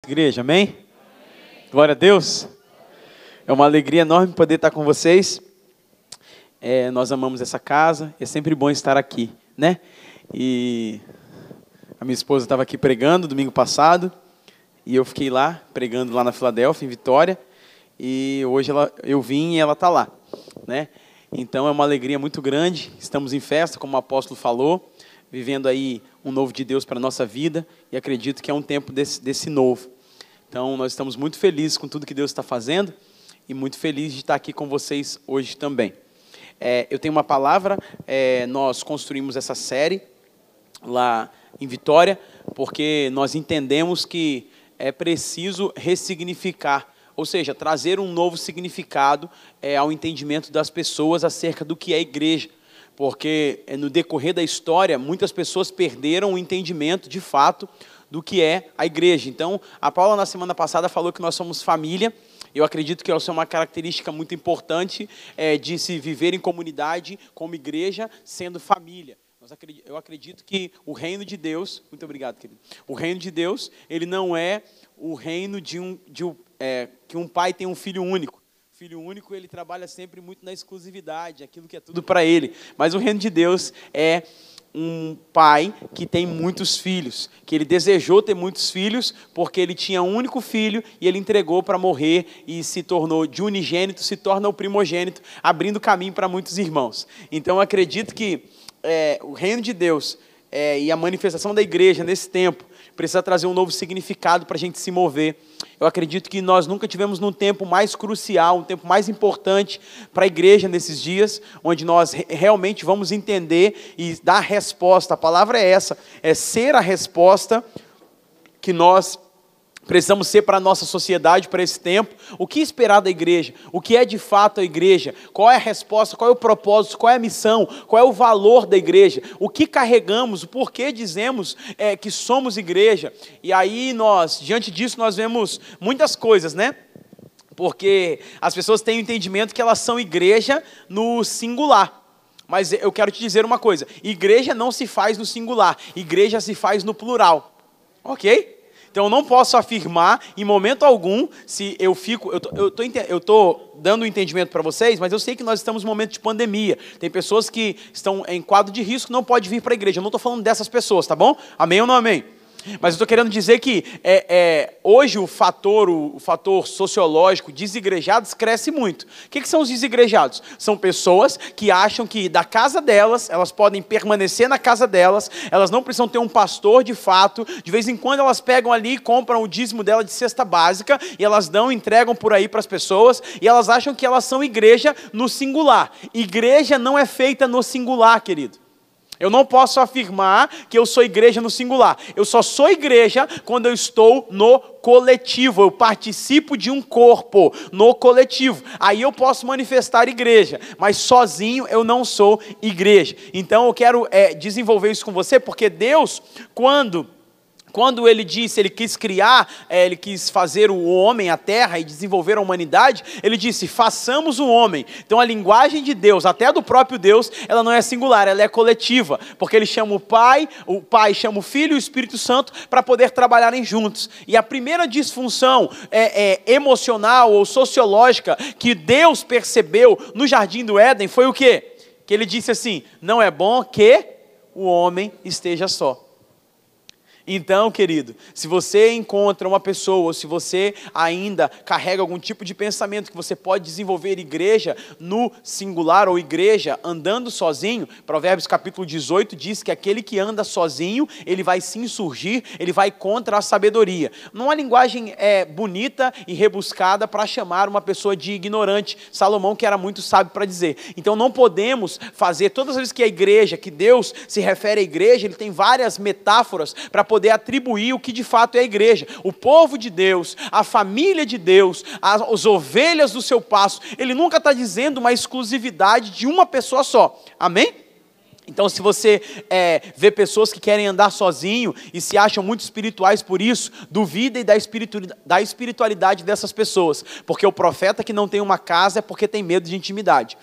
Igreja, amém? Glória a Deus. É uma alegria enorme poder estar com vocês. Nós amamos essa casa, é sempre bom estar aqui, né? E a minha esposa estava aqui pregando domingo passado, e eu fiquei lá, pregando lá na Filadélfia, em Vitória, e hoje eu vim e ela está lá, né? Então é uma alegria muito grande, estamos em festa, como o apóstolo falou, vivendo aí um novo de Deus para a nossa vida, e acredito que é um tempo desse novo. Então, nós estamos muito felizes com tudo que Deus está fazendo, e muito felizes de estar aqui com vocês hoje também. Eu tenho uma palavra, nós construímos essa série lá em Vitória, porque nós entendemos que é preciso ressignificar, ou seja, trazer um novo significado ao entendimento das pessoas acerca do que é igreja. Porque no decorrer da história, muitas pessoas perderam o entendimento, de fato, do que é a igreja. Então, a Paula, na semana passada, falou que nós somos família. Eu acredito que essa é uma característica muito importante de se viver em comunidade como igreja, sendo família. Eu acredito que o reino de Deus... Muito obrigado, querido. O reino de Deus, ele não é o reino que um pai tem um filho único. Filho único, ele trabalha sempre muito na exclusividade, aquilo que é tudo para ele. Mas o reino de Deus é um pai que tem muitos filhos, que ele desejou ter muitos filhos, porque ele tinha um único filho e ele entregou para morrer e se tornou de unigênito, se torna o primogênito, abrindo caminho para muitos irmãos. Então, eu acredito que o reino de Deus e a manifestação da igreja nesse tempo precisa trazer um novo significado para a gente se mover. Eu acredito que nós nunca tivemos num tempo mais crucial, um tempo mais importante para a igreja nesses dias, onde nós realmente vamos entender e dar resposta. A palavra é essa, é ser a resposta que nós precisamos ser para a nossa sociedade, para esse tempo. O que esperar da igreja? O que é de fato a igreja? Qual é a resposta? Qual é o propósito? Qual é a missão? Qual é o valor da igreja? O que carregamos? O porquê dizemos que somos igreja? E aí diante disso, nós vemos muitas coisas, né? Porque as pessoas têm o entendimento que elas são igreja no singular. Mas eu quero te dizer uma coisa, igreja não se faz no singular, igreja se faz no plural, ok? Então, eu não posso afirmar, em momento algum, se eu fico... Eu estou dando um entendimento para vocês, mas eu sei que nós estamos em um momento de pandemia. Tem pessoas que estão em quadro de risco, não podem vir para a igreja. Eu não estou falando dessas pessoas, tá bom? Amém ou não amém? Mas eu estou querendo dizer que hoje o fator sociológico, desigrejados, cresce muito. O que são os desigrejados? São pessoas que acham que da casa delas, elas podem permanecer na casa delas, elas não precisam ter um pastor de fato, de vez em quando elas pegam ali e compram o dízimo dela de cesta básica, e elas entregam por aí para as pessoas, e elas acham que elas são igreja no singular. Igreja não é feita no singular, querido. Eu não posso afirmar que eu sou igreja no singular. Eu só sou igreja quando eu estou no coletivo. Eu participo de um corpo no coletivo. Aí eu posso manifestar igreja. Mas sozinho eu não sou igreja. Então eu quero desenvolver isso com você, porque Deus, quando ele quis criar, ele quis fazer o homem, a terra e desenvolver a humanidade, ele disse, façamos o homem. Então a linguagem de Deus, até do próprio Deus, ela não é singular, ela é coletiva, porque ele chama o Pai chama o Filho e o Espírito Santo para poder trabalharem juntos. E a primeira disfunção emocional ou sociológica que Deus percebeu no Jardim do Éden foi o quê? Que ele disse assim, não é bom que o homem esteja só. Então, querido, se você encontra uma pessoa, ou se você ainda carrega algum tipo de pensamento que você pode desenvolver igreja no singular, ou igreja andando sozinho, Provérbios capítulo 18 diz que aquele que anda sozinho, ele vai se insurgir, ele vai contra a sabedoria. Não há linguagem bonita e rebuscada para chamar uma pessoa de ignorante. Salomão, que era muito sábio para dizer. Então não podemos fazer, todas as vezes que a igreja, que Deus se refere à igreja, ele tem várias metáforas para poder atribuir o que de fato é a igreja. O povo de Deus, a família de Deus, as ovelhas do seu pasto. Ele nunca está dizendo uma exclusividade de uma pessoa só. Amém? Então, se você vê pessoas que querem andar sozinho e se acham muito espirituais por isso, duvide da espiritualidade dessas pessoas. Porque o profeta que não tem uma casa é porque tem medo de intimidade.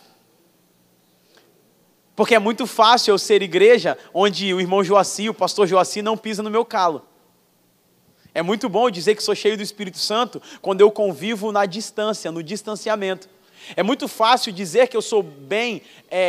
Porque é muito fácil eu ser igreja onde o irmão Joaci, o pastor Joaci, não pisa no meu calo. É muito bom eu dizer que sou cheio do Espírito Santo quando eu convivo na distância, no distanciamento. É muito fácil dizer que eu sou bem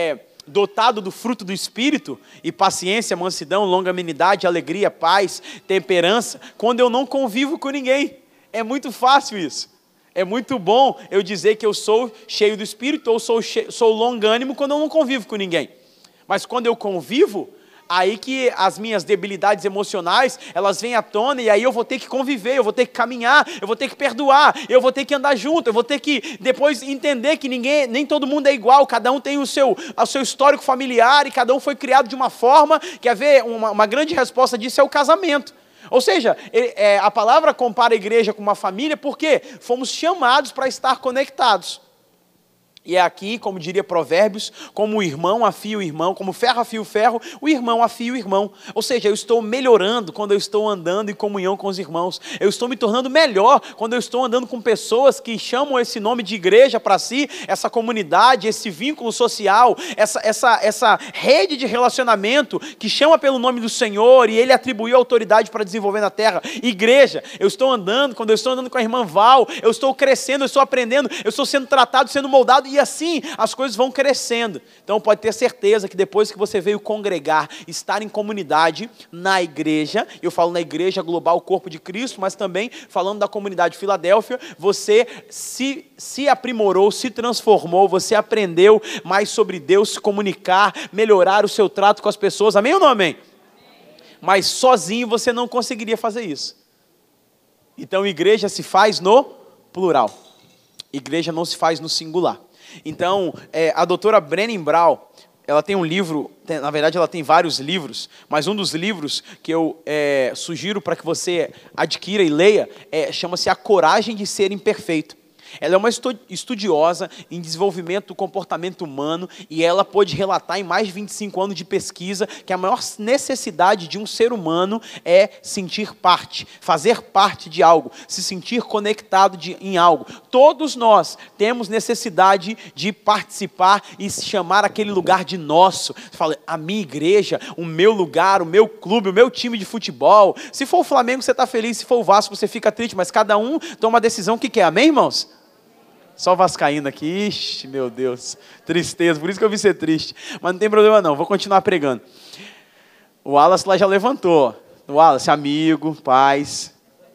dotado do fruto do Espírito, e paciência, mansidão, longanimidade, alegria, paz, temperança, quando eu não convivo com ninguém. É muito fácil isso. É muito bom eu dizer que eu sou cheio do Espírito ou sou longânimo quando eu não convivo com ninguém. Mas quando eu convivo, aí que as minhas debilidades emocionais, elas vêm à tona, e aí eu vou ter que conviver, eu vou ter que caminhar, eu vou ter que perdoar, eu vou ter que andar junto, eu vou ter que depois entender que nem todo mundo é igual, cada um tem o seu histórico familiar, e cada um foi criado de uma forma. Quer ver? Uma grande resposta disso é o casamento. Ou seja, a palavra compara a igreja com uma família, porque fomos chamados para estar conectados. E é aqui, como diria Provérbios, como o irmão afia o irmão, como o ferro afia o ferro, o irmão afia o irmão. Ou seja, eu estou melhorando quando eu estou andando em comunhão com os irmãos. Eu estou me tornando melhor quando eu estou andando com pessoas que chamam esse nome de igreja para si, essa comunidade, esse vínculo social, essa rede de relacionamento que chama pelo nome do Senhor, e Ele atribuiu autoridade para desenvolver na terra. Igreja, eu estou andando, quando eu estou andando com a irmã Val, eu estou crescendo, eu estou aprendendo, eu estou sendo tratado, sendo moldado, e assim as coisas vão crescendo. Então pode ter certeza que depois que você veio congregar, estar em comunidade, na igreja, eu falo na igreja global, corpo de Cristo, mas também falando da comunidade de Filadélfia, você se aprimorou, se transformou, você aprendeu mais sobre Deus, se comunicar, melhorar o seu trato com as pessoas, amém ou não amém? Mas sozinho você não conseguiria fazer isso. Então igreja se faz no plural, igreja não se faz no singular. Então, a doutora Brené Brown, ela tem um livro, na verdade ela tem vários livros, mas um dos livros que eu sugiro para que você adquira e leia, chama-se A Coragem de Ser Imperfeito. Ela é uma estudiosa em desenvolvimento do comportamento humano, e ela pôde relatar em mais de 25 anos de pesquisa que a maior necessidade de um ser humano é sentir parte, fazer parte de algo, se sentir conectado em algo. Todos nós temos necessidade de participar e chamar aquele lugar de nosso. Você fala, a minha igreja, o meu lugar, o meu clube, o meu time de futebol. Se for o Flamengo, você está feliz, se for o Vasco, você fica triste, mas cada um toma a decisão que quer, amém, irmãos? Só o vascaíno aqui, ixi, meu Deus, tristeza, por isso que eu vim ser triste. Mas não tem problema não, vou continuar pregando. O Wallace lá já levantou. O Wallace, amigo, paz.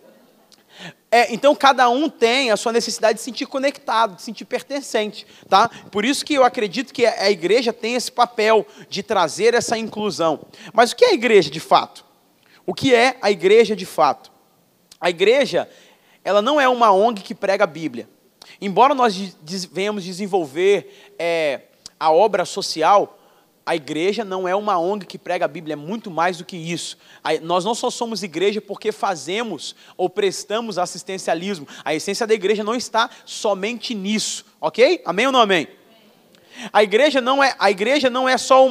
Então cada um tem a sua necessidade de se sentir conectado, de se sentir pertencente, tá? Por isso que eu acredito que a igreja tem esse papel de trazer essa inclusão. Mas o que é a igreja de fato? O que é a igreja de fato? A igreja, ela não é uma ONG que prega a Bíblia. Embora nós venhamos desenvolver a obra social, a igreja não é uma ONG que prega a Bíblia, é muito mais do que isso. Nós não só somos igreja porque fazemos ou prestamos assistencialismo. A essência da igreja não está somente nisso, ok? Amém ou não amém? A igreja não é só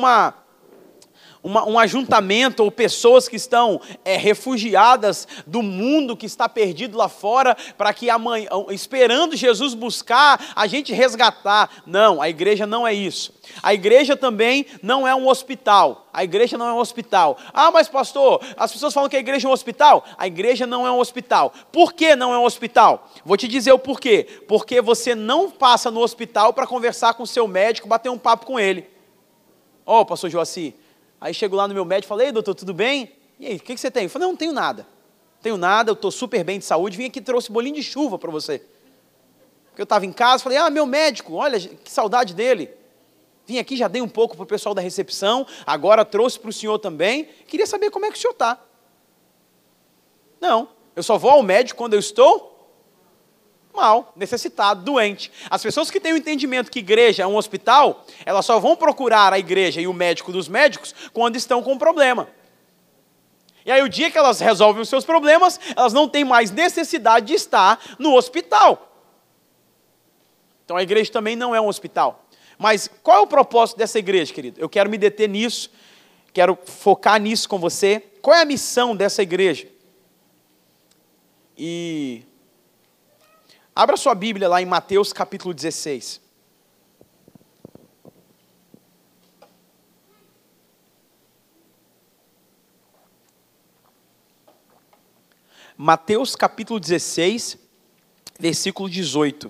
um ajuntamento ou pessoas que estão refugiadas do mundo que está perdido lá fora, para que amanhã, esperando Jesus buscar, a gente resgatar. Não, a igreja não é isso. A igreja também não é um hospital. A igreja não é um hospital. Ah, mas pastor, as pessoas falam que a igreja é um hospital. A igreja não é um hospital. Por que não é um hospital? Vou te dizer o porquê. Porque você não passa no hospital para conversar com o seu médico, bater um papo com ele. Ô, pastor Joaci, aí chego lá no meu médico e falo, ei, doutor, tudo bem? E aí, o que você tem? Eu falei, não tenho nada. Não tenho nada, eu estou super bem de saúde, vim aqui e trouxe bolinho de chuva para você. Porque eu estava em casa, falei, meu médico, olha, que saudade dele. Vim aqui, já dei um pouco para o pessoal da recepção, agora trouxe para o senhor também. Queria saber como é que o senhor está. Não, eu só vou ao médico quando eu estou mal, necessitado, doente. As pessoas que têm o entendimento que igreja é um hospital, elas só vão procurar a igreja e o médico dos médicos quando estão com problema. E aí o dia que elas resolvem os seus problemas, elas não têm mais necessidade de estar no hospital. Então a igreja também não é um hospital. Mas qual é o propósito dessa igreja, querido? Eu quero me deter nisso, quero focar nisso com você. Qual é a missão dessa igreja? Abra sua Bíblia lá em Mateus capítulo 16. Mateus capítulo 16, versículo 18.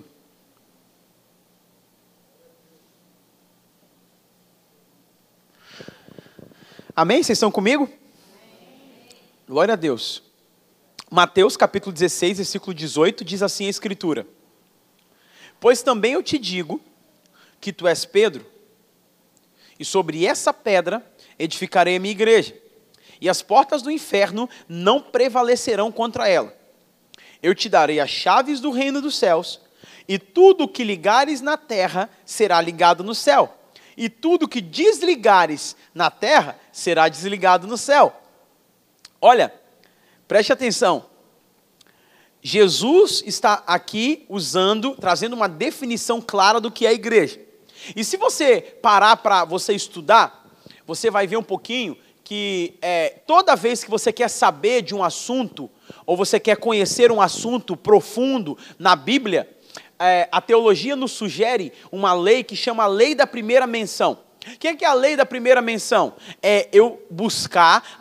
Amém? Vocês estão comigo? Glória a Deus. Mateus capítulo 16, versículo 18, diz assim a Escritura: Pois também eu te digo que tu és Pedro, e sobre essa pedra edificarei a minha igreja, e as portas do inferno não prevalecerão contra ela. Eu te darei as chaves do reino dos céus, e tudo o que ligares na terra será ligado no céu, e tudo o que desligares na terra será desligado no céu. Olha, preste atenção. Jesus está aqui trazendo uma definição clara do que é a igreja. E se você parar para você estudar, você vai ver um pouquinho que toda vez que você quer saber de um assunto, ou você quer conhecer um assunto profundo na Bíblia, a teologia nos sugere uma lei que chama a lei da primeira menção. O que é a lei da primeira menção? É eu buscar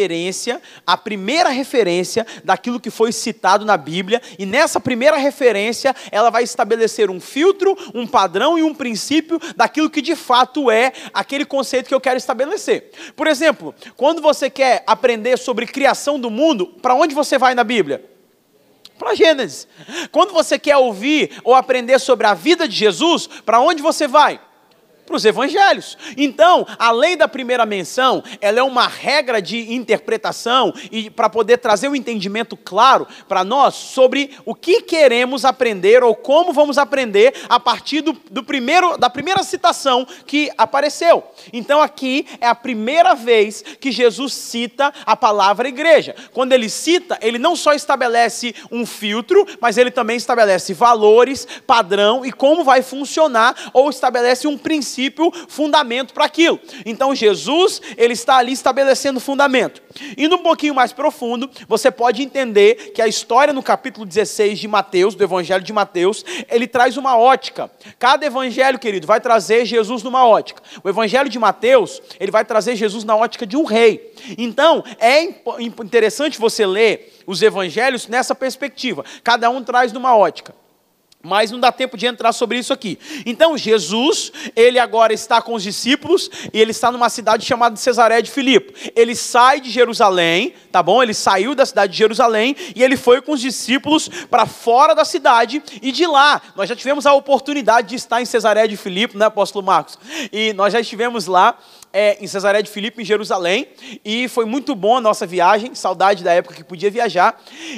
a primeira referência daquilo que foi citado na Bíblia, e nessa primeira referência ela vai estabelecer um filtro, um padrão e um princípio daquilo que de fato é aquele conceito que eu quero estabelecer. Por exemplo, quando você quer aprender sobre criação do mundo, para onde você vai na Bíblia? Para Gênesis. Quando você quer ouvir ou aprender sobre a vida de Jesus, para onde você vai? Para os evangelhos. Então, a lei da primeira menção, ela é uma regra de interpretação e para poder trazer um entendimento claro para nós sobre o que queremos aprender ou como vamos aprender a partir da primeira citação que apareceu. Então, aqui é a primeira vez que Jesus cita a palavra igreja. Quando ele cita, ele não só estabelece um filtro, mas ele também estabelece valores, padrão e como vai funcionar, ou estabelece um princípio, fundamento para aquilo. Então Jesus, ele está ali estabelecendo fundamento. Indo um pouquinho mais profundo, você pode entender que a história no capítulo 16 de Mateus, do Evangelho de Mateus, ele traz uma ótica. Cada evangelho, querido, vai trazer Jesus numa ótica. O Evangelho de Mateus, ele vai trazer Jesus na ótica de um rei. Então, é interessante você ler os evangelhos nessa perspectiva. Cada um traz numa ótica. Mas não dá tempo de entrar sobre isso aqui. Então Jesus, ele agora está com os discípulos e ele está numa cidade chamada Cesareia de Filipe. Ele sai de Jerusalém, tá bom? Ele saiu da cidade de Jerusalém e ele foi com os discípulos para fora da cidade, e de lá, nós já tivemos a oportunidade de estar em Cesareia de Filipe, né, apóstolo Marcos? E nós já estivemos lá em Cesareia de Filipe, em Jerusalém, e foi muito bom a nossa viagem, saudade da época que podia viajar,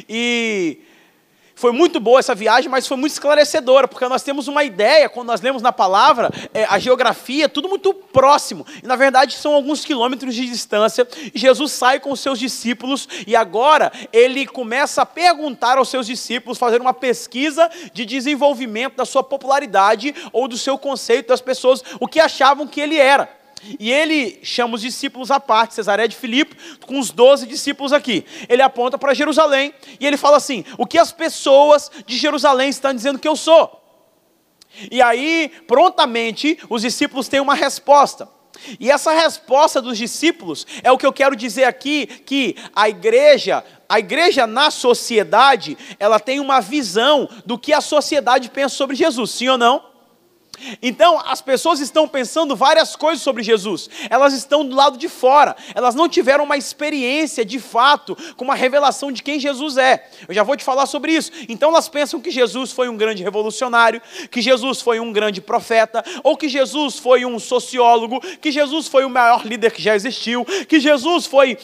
e foi muito boa essa viagem, mas foi muito esclarecedora, porque nós temos uma ideia, quando nós lemos na palavra, a geografia, tudo muito próximo. E na verdade são alguns quilômetros de distância. E Jesus sai com os seus discípulos e agora ele começa a perguntar aos seus discípulos, fazer uma pesquisa de desenvolvimento da sua popularidade ou do seu conceito das pessoas, o que achavam que ele era. E ele chama os discípulos à parte, Cesareia de Filipe, com os 12 discípulos aqui. Ele aponta para Jerusalém e ele fala assim: o que as pessoas de Jerusalém estão dizendo que eu sou? E aí, prontamente, os discípulos têm uma resposta. E essa resposta dos discípulos é o que eu quero dizer aqui, que a igreja na sociedade, ela tem uma visão do que a sociedade pensa sobre Jesus, sim ou não? Então, as pessoas estão pensando várias coisas sobre Jesus. Elas estão do lado de fora. Elas não tiveram uma experiência, de fato, com uma revelação de quem Jesus é. Eu já vou te falar sobre isso. Então, elas pensam que Jesus foi um grande revolucionário, que Jesus foi um grande profeta, ou que Jesus foi um sociólogo, que Jesus foi o maior líder que já existiu, que Jesus foi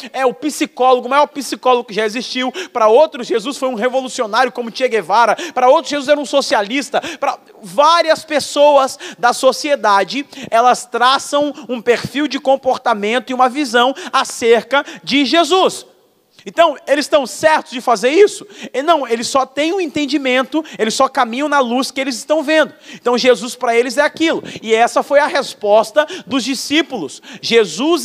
o maior psicólogo que já existiu. Para outros, Jesus foi um revolucionário como Che Guevara. Para outros, Jesus era um socialista. Para várias pessoas da sociedade, elas traçam um perfil de comportamento e uma visão acerca de Jesus. Então, eles estão certos de fazer isso? Não, eles só têm um entendimento, eles só caminham na luz que eles estão vendo. Então, Jesus para eles é aquilo. E essa foi a resposta dos discípulos. Jesus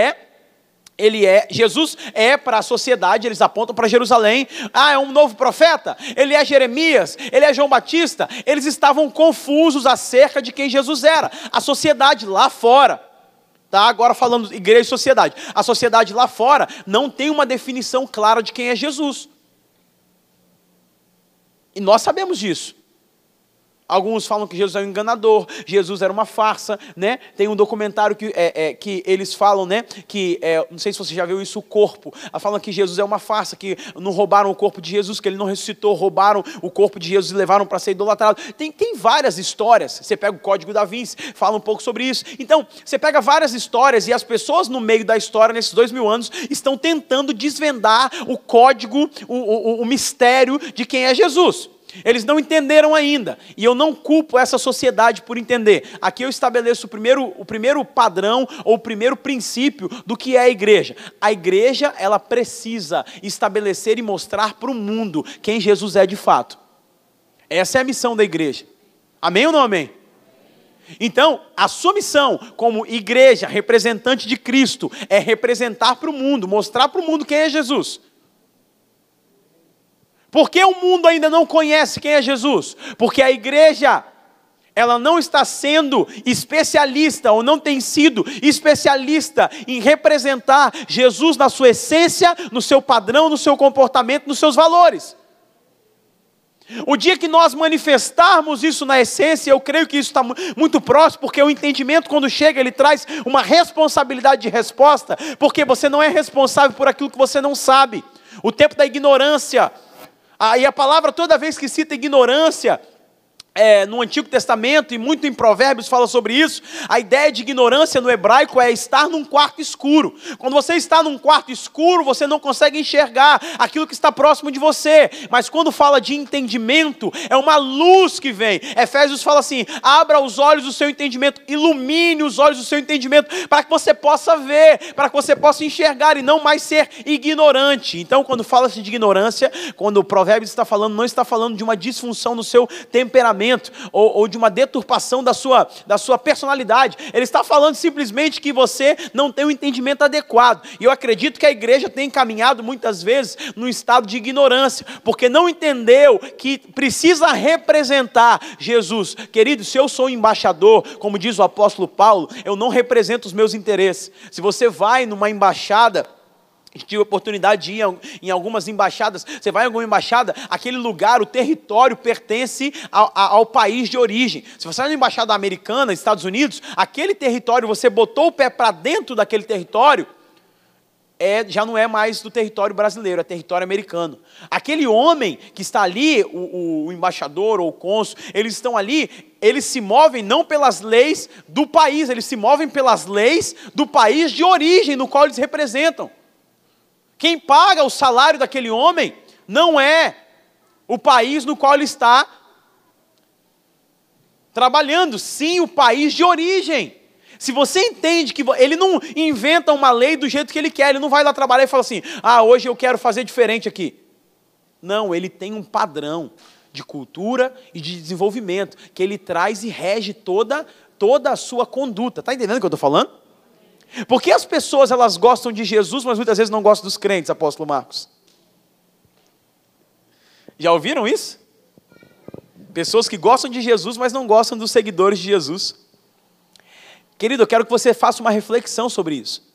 é para a sociedade, eles apontam para Jerusalém. É um novo profeta? Ele é Jeremias? Ele é João Batista? Eles estavam confusos acerca de quem Jesus era. A sociedade lá fora, tá? Agora falando igreja e sociedade. A sociedade lá fora não tem uma definição clara de quem é Jesus. E nós sabemos disso. Alguns falam que Jesus é um enganador, Jesus era uma farsa, né? Tem um documentário que eles falam, né? Não sei se você já viu isso, o corpo. Falam que Jesus é uma farsa, que não roubaram o corpo de Jesus, que ele não ressuscitou, roubaram o corpo de Jesus e levaram para ser idolatrado. Tem várias histórias. Você pega o Código da Vinci, fala um pouco sobre isso. Então, você pega várias histórias e as pessoas no meio da história, nesses 2000 anos, estão tentando desvendar o código, o mistério de quem é Jesus. Eles não entenderam ainda, e eu não culpo essa sociedade por entender. Aqui eu estabeleço o primeiro padrão, ou o primeiro princípio do que é a igreja. A igreja, ela precisa estabelecer e mostrar para o mundo quem Jesus é de fato. Essa é a missão da igreja. Amém ou não amém? Então, a sua missão como igreja, representante de Cristo, é representar para o mundo, mostrar para o mundo quem é Jesus. Por que o mundo ainda não conhece quem é Jesus? Porque a igreja, ela não está sendo especialista, ou não tem sido especialista em representar Jesus na sua essência, no seu padrão, no seu comportamento, nos seus valores. O dia que nós manifestarmos isso na essência, eu creio que isso está muito próximo, porque o entendimento, quando chega, ele traz uma responsabilidade de resposta, porque você não é responsável por aquilo que você não sabe. O tempo da ignorância. E a palavra, toda vez que cita ignorância, no Antigo Testamento, e muito em Provérbios fala sobre isso, a ideia de ignorância no hebraico é estar num quarto escuro. Quando você está num quarto escuro, você não consegue enxergar aquilo que está próximo de você. Mas quando fala de entendimento, é uma luz que vem. Efésios fala assim: abra os olhos do seu entendimento, ilumine os olhos do seu entendimento, para que você possa ver, para que você possa enxergar e não mais ser ignorante. Então, quando fala-se de ignorância, quando o Provérbios está falando, não está falando de uma disfunção no seu temperamento, ou de uma deturpação da sua personalidade. Ele está falando simplesmente que você não tem um entendimento adequado. E eu acredito que a igreja tem caminhado muitas vezes num estado de ignorância, porque não entendeu que precisa representar Jesus. Querido, se eu sou embaixador, como diz o apóstolo Paulo, eu não represento os meus interesses. Se você vai numa embaixada, tive a oportunidade de ir em algumas embaixadas. Você vai em alguma embaixada, aquele lugar, o território pertence ao país de origem. Se você vai na embaixada americana, Estados Unidos, aquele território, você botou o pé para dentro daquele território, já não é mais do território brasileiro, é território americano. Aquele homem que está ali, o embaixador ou o cônsul, eles estão ali, eles se movem não pelas leis do país, eles se movem pelas leis do país de origem no qual eles representam. Quem paga o salário daquele homem não é o país no qual ele está trabalhando, sim o país de origem. Se você entende que ele não inventa uma lei do jeito que ele quer, ele não vai lá trabalhar e fala assim: hoje eu quero fazer diferente aqui. Não, ele tem um padrão de cultura e de desenvolvimento que ele traz e rege toda a sua conduta. Está entendendo o que eu estou falando? Porque as pessoas, elas gostam de Jesus, mas muitas vezes não gostam dos crentes, apóstolo Marcos. Já ouviram isso? Pessoas que gostam de Jesus, mas não gostam dos seguidores de Jesus. Querido, eu quero que você faça uma reflexão sobre isso.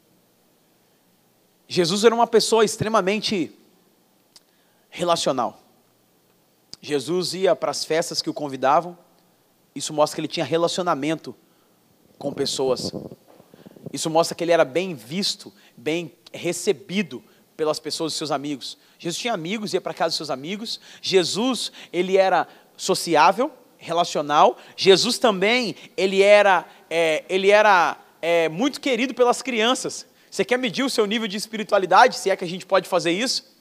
Jesus era uma pessoa extremamente relacional. Jesus ia para as festas que o convidavam. Isso mostra que ele tinha relacionamento com pessoas. Isso mostra que ele era bem visto, bem recebido pelas pessoas e seus amigos. Jesus tinha amigos, ia para casa dos seus amigos. Jesus, ele era sociável, relacional. Jesus também, ele era muito querido pelas crianças. Você quer medir o seu nível de espiritualidade, se é que a gente pode fazer isso?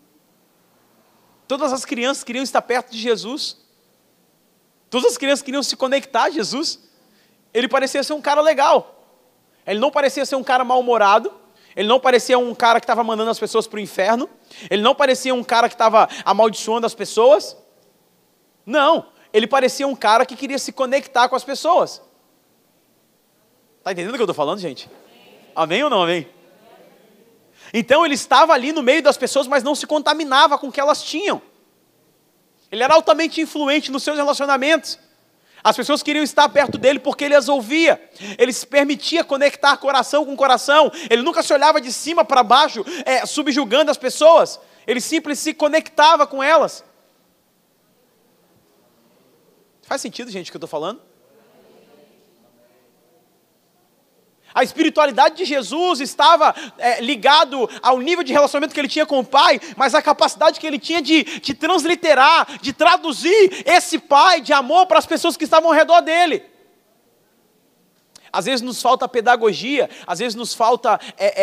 Todas as crianças queriam estar perto de Jesus. Todas as crianças queriam se conectar a Jesus. Ele parecia ser um cara legal. Ele não parecia ser um cara mal-humorado. Ele não parecia um cara que estava mandando as pessoas para o inferno. Ele não parecia um cara que estava amaldiçoando as pessoas. Não, ele parecia um cara que queria se conectar com as pessoas. Está entendendo o que eu estou falando, gente? Amém ou não amém? Então ele estava ali no meio das pessoas, mas não se contaminava com o que elas tinham. Ele era altamente influente nos seus relacionamentos. As pessoas queriam estar perto dele porque ele as ouvia. Ele se permitia conectar coração com coração. Ele nunca se olhava de cima para baixo, subjugando as pessoas. Ele simplesmente se conectava com elas. Faz sentido, gente, o que eu estou falando? A espiritualidade de Jesus estava ligado ao nível de relacionamento que ele tinha com o Pai, mas a capacidade que ele tinha de transliterar, de traduzir esse Pai de amor para as pessoas que estavam ao redor dele. Às vezes nos falta pedagogia, às vezes nos falta,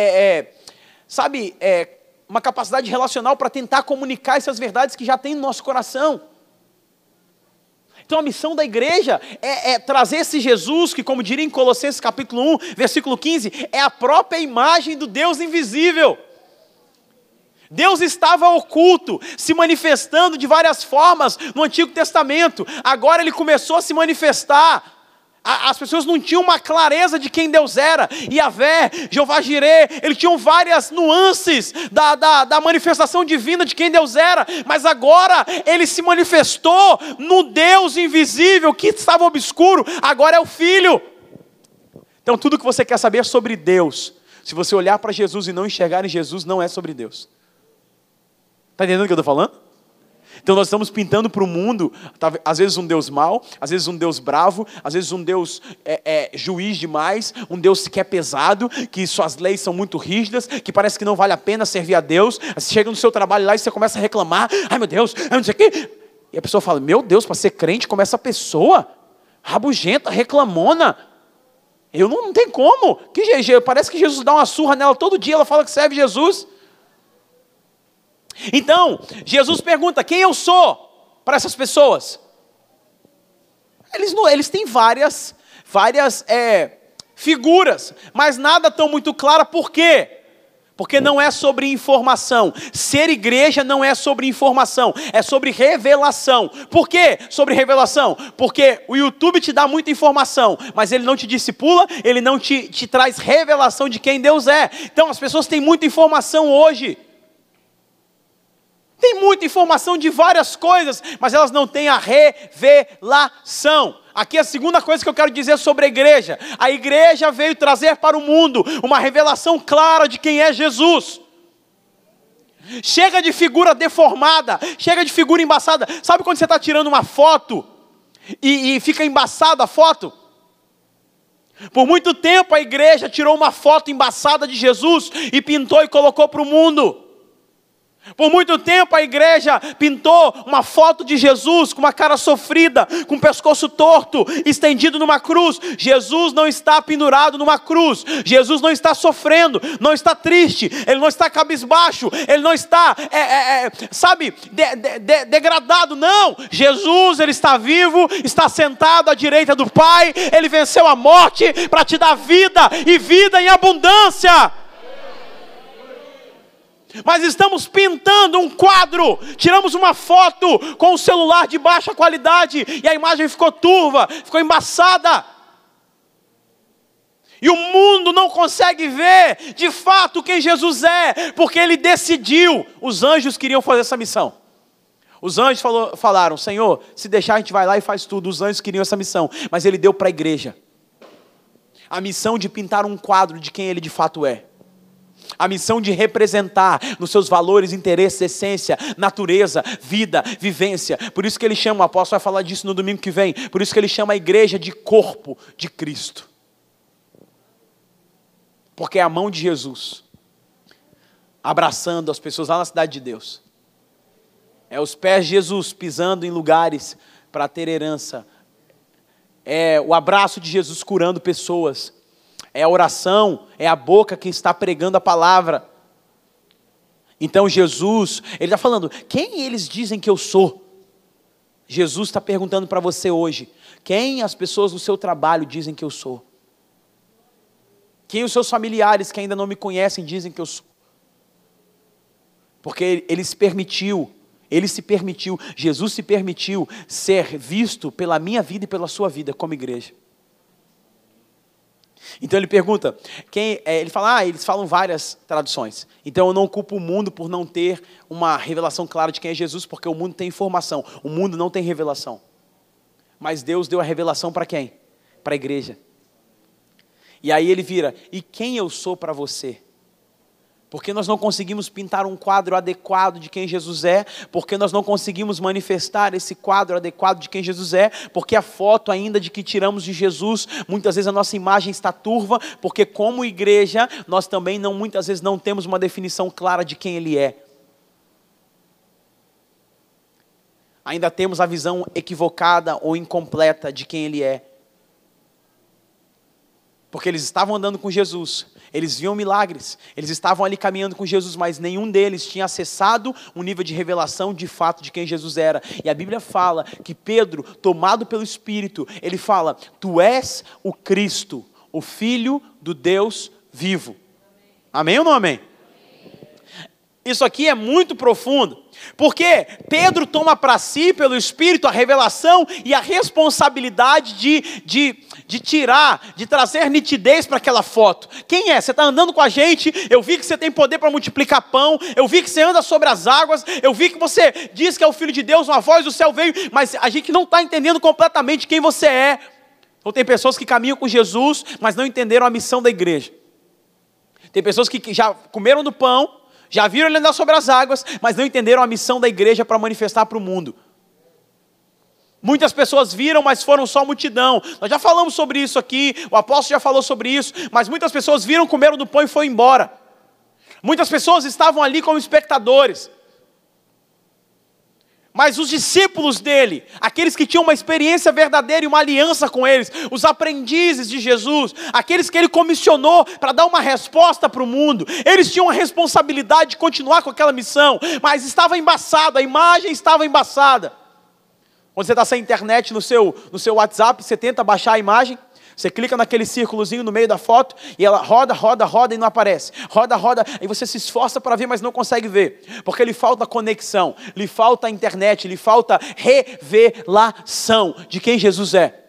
uma capacidade relacional para tentar comunicar essas verdades que já tem no nosso coração. Então a missão da igreja é trazer esse Jesus que, como diria em Colossenses capítulo 1, versículo 15, é a própria imagem do Deus invisível. Deus estava oculto, se manifestando de várias formas no Antigo Testamento. Agora ele começou a se manifestar. As pessoas não tinham uma clareza de quem Deus era. Yahvé, Jeová Jireh, eles tinham várias nuances da manifestação divina de quem Deus era. Mas agora ele se manifestou no Deus invisível que estava obscuro. Agora é o Filho. Então tudo que você quer saber sobre Deus, se você olhar para Jesus e não enxergar em Jesus, não é sobre Deus. Está entendendo o que eu estou falando? Então nós estamos pintando para o mundo, às vezes um Deus mau, às vezes um Deus bravo, às vezes um Deus juiz demais, um Deus que é pesado, que suas leis são muito rígidas, que parece que não vale a pena servir a Deus. Você chega no seu trabalho lá e você começa a reclamar, ai meu Deus, eu não sei o quê. E a pessoa fala, meu Deus, para ser crente como essa pessoa, rabugenta, reclamona, eu não tem como, parece que Jesus dá uma surra nela todo dia, ela fala que serve Jesus. Então, Jesus pergunta, quem eu sou para essas pessoas? Eles têm várias figuras, mas nada tão muito clara. Por quê? Porque não é sobre informação. Ser igreja não é sobre informação, é sobre revelação. Por quê sobre revelação? Porque o YouTube te dá muita informação, mas ele não te discipula, ele não te traz revelação de quem Deus é. Então as pessoas têm muita informação hoje. Tem muita informação de várias coisas, mas elas não têm a revelação. Aqui é a segunda coisa que eu quero dizer sobre a igreja. A igreja veio trazer para o mundo uma revelação clara de quem é Jesus. Chega de figura deformada, chega de figura embaçada. Sabe quando você está tirando uma foto e fica embaçada a foto? Por muito tempo a igreja tirou uma foto embaçada de Jesus e pintou e colocou para o mundo. Por muito tempo a igreja pintou uma foto de Jesus com uma cara sofrida, com o pescoço torto, estendido numa cruz. Jesus não está pendurado numa cruz. Jesus não está sofrendo, não está triste, ele não está cabisbaixo, ele não está, degradado, não. Jesus, ele está vivo, está sentado à direita do Pai, ele venceu a morte para te dar vida e vida em abundância. Mas estamos pintando um quadro, tiramos uma foto com o celular de baixa qualidade e a imagem ficou turva, ficou embaçada. E o mundo não consegue ver de fato quem Jesus é, porque ele decidiu. Os anjos queriam fazer essa missão. Os anjos falaram, Senhor, se deixar a gente vai lá e faz tudo. Os anjos queriam essa missão, mas ele deu para a igreja a missão de pintar um quadro de quem ele de fato é. A missão de representar nos seus valores, interesses, essência, natureza, vida, vivência. Por isso que ele chama, o apóstolo vai falar disso no domingo que vem, por isso que ele chama a igreja de corpo de Cristo. Porque é a mão de Jesus abraçando as pessoas lá na cidade de Deus. É os pés de Jesus pisando em lugares para ter herança. É o abraço de Jesus curando pessoas. É a oração, é a boca que está pregando a palavra. Então Jesus, ele está falando, quem eles dizem que eu sou? Jesus está perguntando para você hoje, quem as pessoas do seu trabalho dizem que eu sou? Quem os seus familiares que ainda não me conhecem dizem que eu sou? Porque ele se permitiu, Jesus se permitiu ser visto pela minha vida e pela sua vida como igreja. Então ele pergunta, ele fala, eles falam várias traduções. Então eu não culpo o mundo por não ter uma revelação clara de quem é Jesus, porque o mundo tem informação, o mundo não tem revelação. Mas Deus deu a revelação para quem? Para a igreja. E aí ele vira, e quem eu sou para você? Porque nós não conseguimos pintar um quadro adequado de quem Jesus é, porque nós não conseguimos manifestar esse quadro adequado de quem Jesus é, porque a foto ainda de que tiramos de Jesus, muitas vezes a nossa imagem está turva, porque como igreja, nós também muitas vezes não temos uma definição clara de quem Ele é. Ainda temos a visão equivocada ou incompleta de quem Ele é. Porque eles estavam andando com Jesus, eles viam milagres, eles estavam ali caminhando com Jesus, mas nenhum deles tinha acessado um nível de revelação de fato de quem Jesus era. E a Bíblia fala que Pedro, tomado pelo Espírito, ele fala: tu és o Cristo, o Filho do Deus vivo. Amém ou não amém? Isso aqui é muito profundo, porque Pedro toma para si, pelo Espírito, a revelação e a responsabilidade de tirar, de trazer nitidez para aquela foto. Quem é? Você está andando com a gente, eu vi que você tem poder para multiplicar pão, eu vi que você anda sobre as águas, eu vi que você diz que é o Filho de Deus, uma voz do céu veio, mas a gente não está entendendo completamente quem você é. Ou tem pessoas que caminham com Jesus, mas não entenderam a missão da igreja. Tem pessoas que já comeram do pão, já viram ele andar sobre as águas, mas não entenderam a missão da igreja para manifestar para o mundo. Muitas pessoas viram, mas foram só multidão. Nós já falamos sobre isso aqui, o apóstolo já falou sobre isso, mas muitas pessoas viram, comeram do pão e foram embora. Muitas pessoas estavam ali como espectadores. Mas os discípulos dele, aqueles que tinham uma experiência verdadeira e uma aliança com eles, os aprendizes de Jesus, aqueles que ele comissionou para dar uma resposta para o mundo, eles tinham a responsabilidade de continuar com aquela missão, mas estava embaçado, a imagem estava embaçada. Quando você está sem internet no seu WhatsApp, você tenta baixar a imagem, você clica naquele círculozinho no meio da foto e ela roda, roda, roda e não aparece. Roda, roda, e você se esforça para ver, mas não consegue ver. Porque lhe falta conexão, lhe falta internet, lhe falta revelação de quem Jesus é.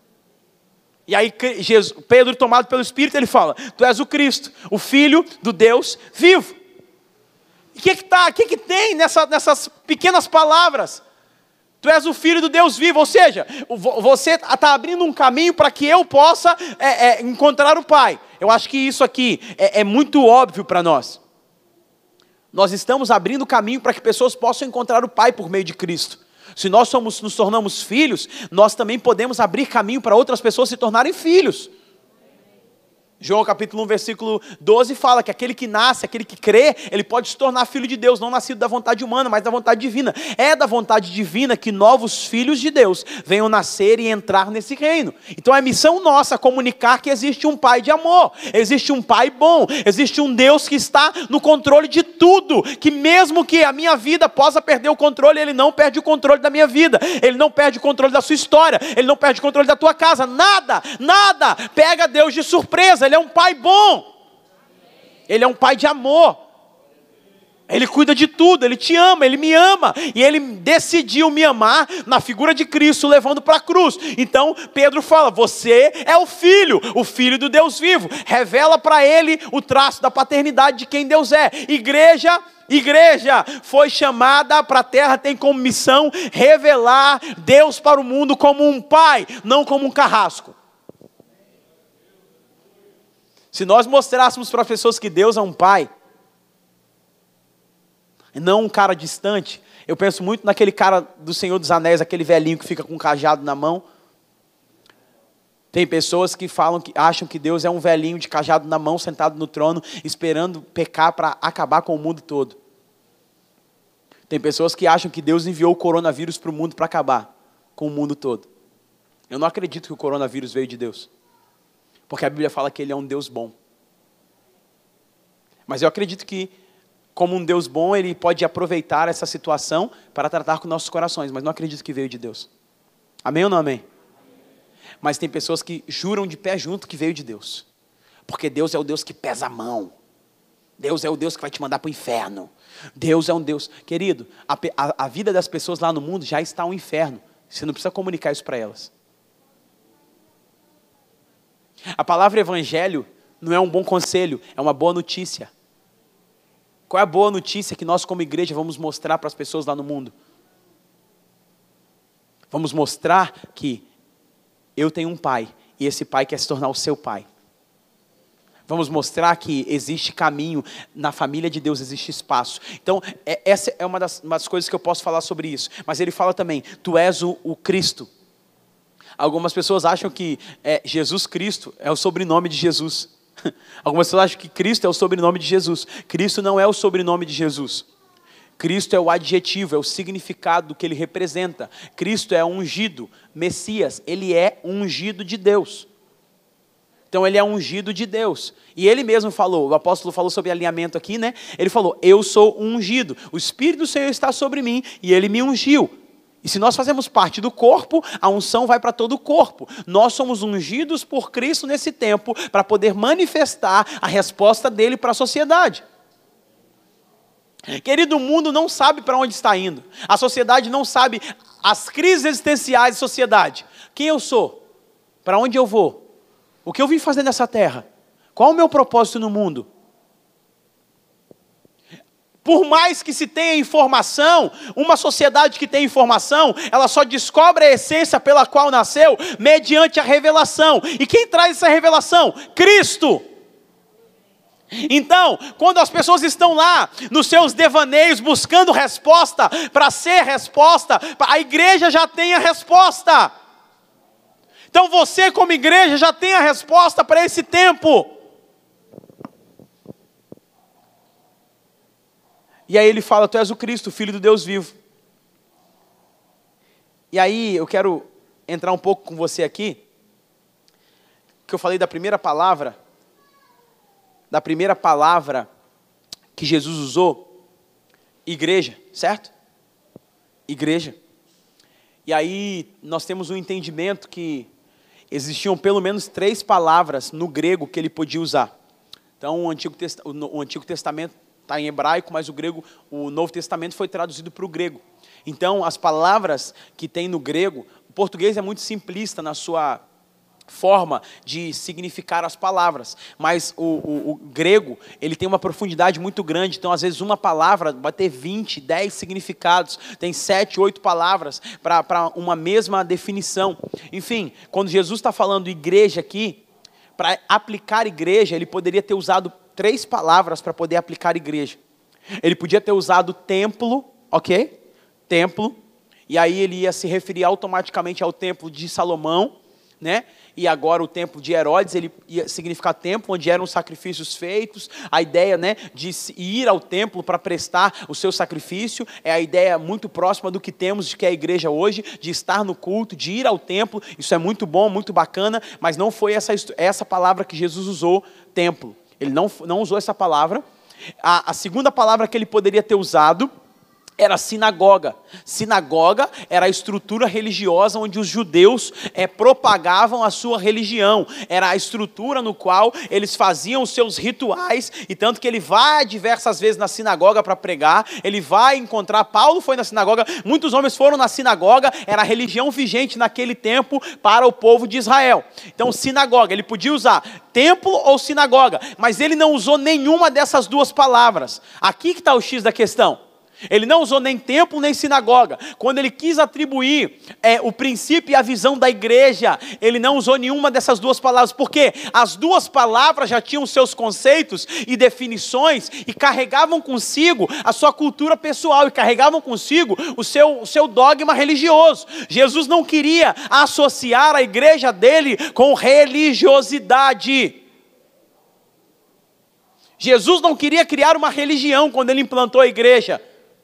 E aí Pedro, tomado pelo Espírito, ele fala: tu és o Cristo, o Filho do Deus vivo. E o que tem nessas pequenas palavras? Tu és o Filho do Deus vivo, ou seja, você está abrindo um caminho para que eu possa encontrar o Pai. Eu acho que isso aqui é muito óbvio para nós. Nós estamos abrindo caminho para que pessoas possam encontrar o Pai por meio de Cristo. Se nós nos tornamos filhos, nós também podemos abrir caminho para outras pessoas se tornarem filhos. João capítulo 1, versículo 12 fala que aquele que nasce, aquele que crê, ele pode se tornar filho de Deus, não nascido da vontade humana, mas da vontade divina. É da vontade divina que novos filhos de Deus venham nascer e entrar nesse reino. Então é missão nossa comunicar que existe um Pai de amor, existe um Pai bom, existe um Deus que está no controle de tudo, que mesmo que a minha vida possa perder o controle, Ele não perde o controle da minha vida, Ele não perde o controle da sua história, Ele não perde o controle da tua casa, nada pega Deus de surpresa. Ele é um Pai bom, Ele é um Pai de amor, Ele cuida de tudo, Ele te ama, Ele me ama, e Ele decidiu me amar na figura de Cristo, levando para a cruz. Então Pedro fala: você é o Filho do Deus vivo. Revela para ele o traço da paternidade de quem Deus é. Igreja foi chamada para a terra, tem como missão revelar Deus para o mundo como um Pai, não como um carrasco. Se nós mostrássemos para as pessoas que Deus é um Pai, e não um cara distante, eu penso muito naquele cara do Senhor dos Anéis, aquele velhinho que fica com um cajado na mão. Tem pessoas que acham que Deus é um velhinho de cajado na mão, sentado no trono, esperando pecar para acabar com o mundo todo. Tem pessoas que acham que Deus enviou o coronavírus para o mundo para acabar com o mundo todo. Eu não acredito que o coronavírus veio de Deus. Porque a Bíblia fala que Ele é um Deus bom. Mas eu acredito que, como um Deus bom, Ele pode aproveitar essa situação para tratar com nossos corações. Mas não acredito que veio de Deus. Amém ou não amém? Mas tem pessoas que juram de pé junto que veio de Deus. Porque Deus é o Deus que pesa a mão. Deus é o Deus que vai te mandar para o inferno. Deus é um Deus... Querido, a vida das pessoas lá no mundo já está um inferno. Você não precisa comunicar isso para elas. A palavra evangelho não é um bom conselho, é uma boa notícia. Qual é a boa notícia que nós como igreja vamos mostrar para as pessoas lá no mundo? Vamos mostrar que eu tenho um Pai, e esse Pai quer se tornar o seu Pai. Vamos mostrar que existe caminho, na família de Deus existe espaço. Então, essa é uma das coisas que eu posso falar sobre isso. Mas ele fala também, tu és o Cristo. Algumas pessoas acham que Jesus Cristo é o sobrenome de Jesus. Algumas pessoas acham que Cristo é o sobrenome de Jesus. Cristo não é o sobrenome de Jesus. Cristo é o adjetivo, é o significado do que ele representa. Cristo é ungido, Messias, ele é ungido de Deus. Então ele é ungido de Deus. E ele mesmo falou, o apóstolo falou sobre alinhamento aqui, né? Ele falou, eu sou ungido. O Espírito do Senhor está sobre mim e ele me ungiu. E se nós fazemos parte do corpo, a unção vai para todo o corpo. Nós somos ungidos por Cristo nesse tempo para poder manifestar a resposta dele para a sociedade. Querido, o mundo não sabe para onde está indo. A sociedade não sabe as crises existenciais da sociedade. Quem eu sou? Para onde eu vou? O que eu vim fazer nessa terra? Qual o meu propósito no mundo? Por mais que se tenha informação, uma sociedade que tem informação, ela só descobre a essência pela qual nasceu mediante a revelação. E quem traz essa revelação? Cristo. Então, quando as pessoas estão lá nos seus devaneios buscando resposta para ser resposta, a igreja já tem a resposta. Então você como igreja já tem a resposta para esse tempo. E aí ele fala, tu és o Cristo, Filho do Deus vivo. E aí eu quero entrar um pouco com você aqui, que eu falei da primeira palavra que Jesus usou, igreja, certo? Igreja. E aí nós temos um entendimento que existiam pelo menos 3 palavras no grego que ele podia usar. Então o Antigo Testamento está em hebraico, mas o Novo Testamento foi traduzido para o grego. Então as palavras que tem no grego, o português é muito simplista na sua forma de significar as palavras, mas o grego, ele tem uma profundidade muito grande, então às vezes uma palavra vai ter 20, 10 significados, tem 7, 8 palavras para uma mesma definição. Enfim, quando Jesus está falando igreja aqui, para aplicar igreja, ele poderia ter usado 3 palavras para poder aplicar igreja. Ele podia ter usado templo, ok? Templo, e aí ele ia se referir automaticamente ao templo de Salomão, né? E agora o templo de Herodes, ele ia significar templo onde eram sacrifícios feitos. A ideia, né, de ir ao templo para prestar o seu sacrifício é a ideia muito próxima do que temos de que é a igreja hoje, de estar no culto, de ir ao templo. Isso é muito bom, muito bacana, mas não foi essa palavra que Jesus usou, templo. Ele não usou essa palavra. A segunda palavra que ele poderia ter usado era sinagoga. Sinagoga era a estrutura religiosa onde os judeus propagavam a sua religião. Era a estrutura no qual eles faziam os seus rituais, e tanto que ele vai diversas vezes na sinagoga para pregar, ele vai encontrar, Paulo foi na sinagoga, muitos homens foram na sinagoga, era a religião vigente naquele tempo para o povo de Israel. Então sinagoga, ele podia usar templo ou sinagoga, mas ele não usou nenhuma dessas 2 palavras. Aqui que está o X da questão. Ele não usou nem templo nem sinagoga. Quando ele quis atribuir o princípio e a visão da igreja, ele não usou nenhuma dessas 2 palavras, porque as 2 palavras já tinham seus conceitos e definições e carregavam consigo a sua cultura pessoal e carregavam consigo o seu dogma religioso. Jesus não queria associar a igreja dele com religiosidade. Jesus não queria criar uma religião quando ele implantou a igreja.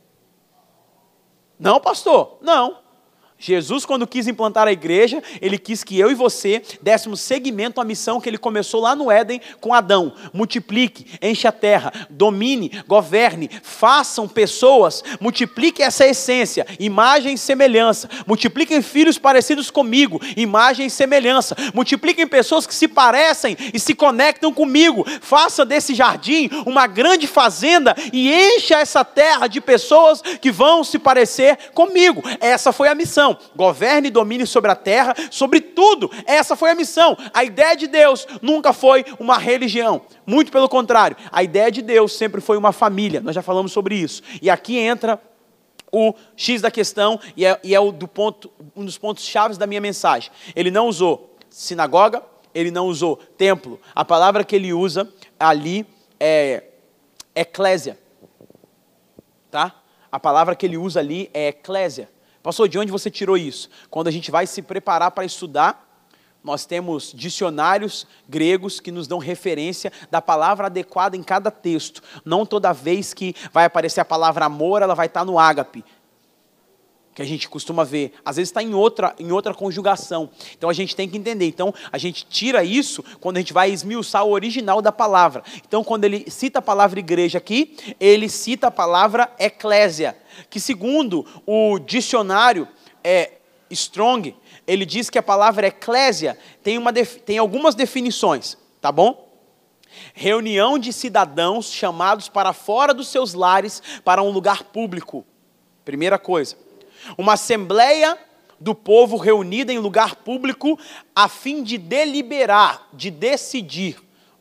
Não, pastor, não. Jesus, quando quis implantar a igreja, ele quis que eu e você dessemos seguimento à missão que ele começou lá no Éden com Adão. Multiplique, enche a terra, domine, governe, façam pessoas, multiplique essa essência, imagem e semelhança. Multipliquem filhos parecidos comigo, imagem e semelhança. Multipliquem pessoas que se parecem e se conectam comigo. Faça desse jardim uma grande fazenda e encha essa terra de pessoas que vão se parecer comigo. Essa foi a missão. Governe e domine sobre a terra, sobre tudo. Essa foi a missão. A ideia de Deus nunca foi uma religião. Muito pelo contrário. A ideia de Deus sempre foi uma família. Nós já falamos sobre isso. E aqui entra o X da questão e é um dos pontos chaves da minha mensagem. Ele não usou sinagoga, ele não usou templo. A palavra que ele usa ali é eclésia. Tá? A palavra que ele usa ali é eclésia. Pastor, de onde você tirou isso? Quando a gente vai se preparar para estudar, nós temos dicionários gregos que nos dão referência da palavra adequada em cada texto. Não toda vez que vai aparecer a palavra amor, ela vai estar no ágape, que a gente costuma ver. Às vezes está em outra conjugação. Então a gente tem que entender. Então a gente tira isso quando a gente vai esmiuçar o original da palavra. Então quando ele cita a palavra igreja aqui, ele cita a palavra eclésia, que segundo o dicionário Strong, ele diz que a palavra eclésia tem algumas definições, tá bom? Reunião de cidadãos chamados para fora dos seus lares para um lugar público. Primeira coisa. Uma assembleia do povo reunida em lugar público a fim de deliberar, de decidir.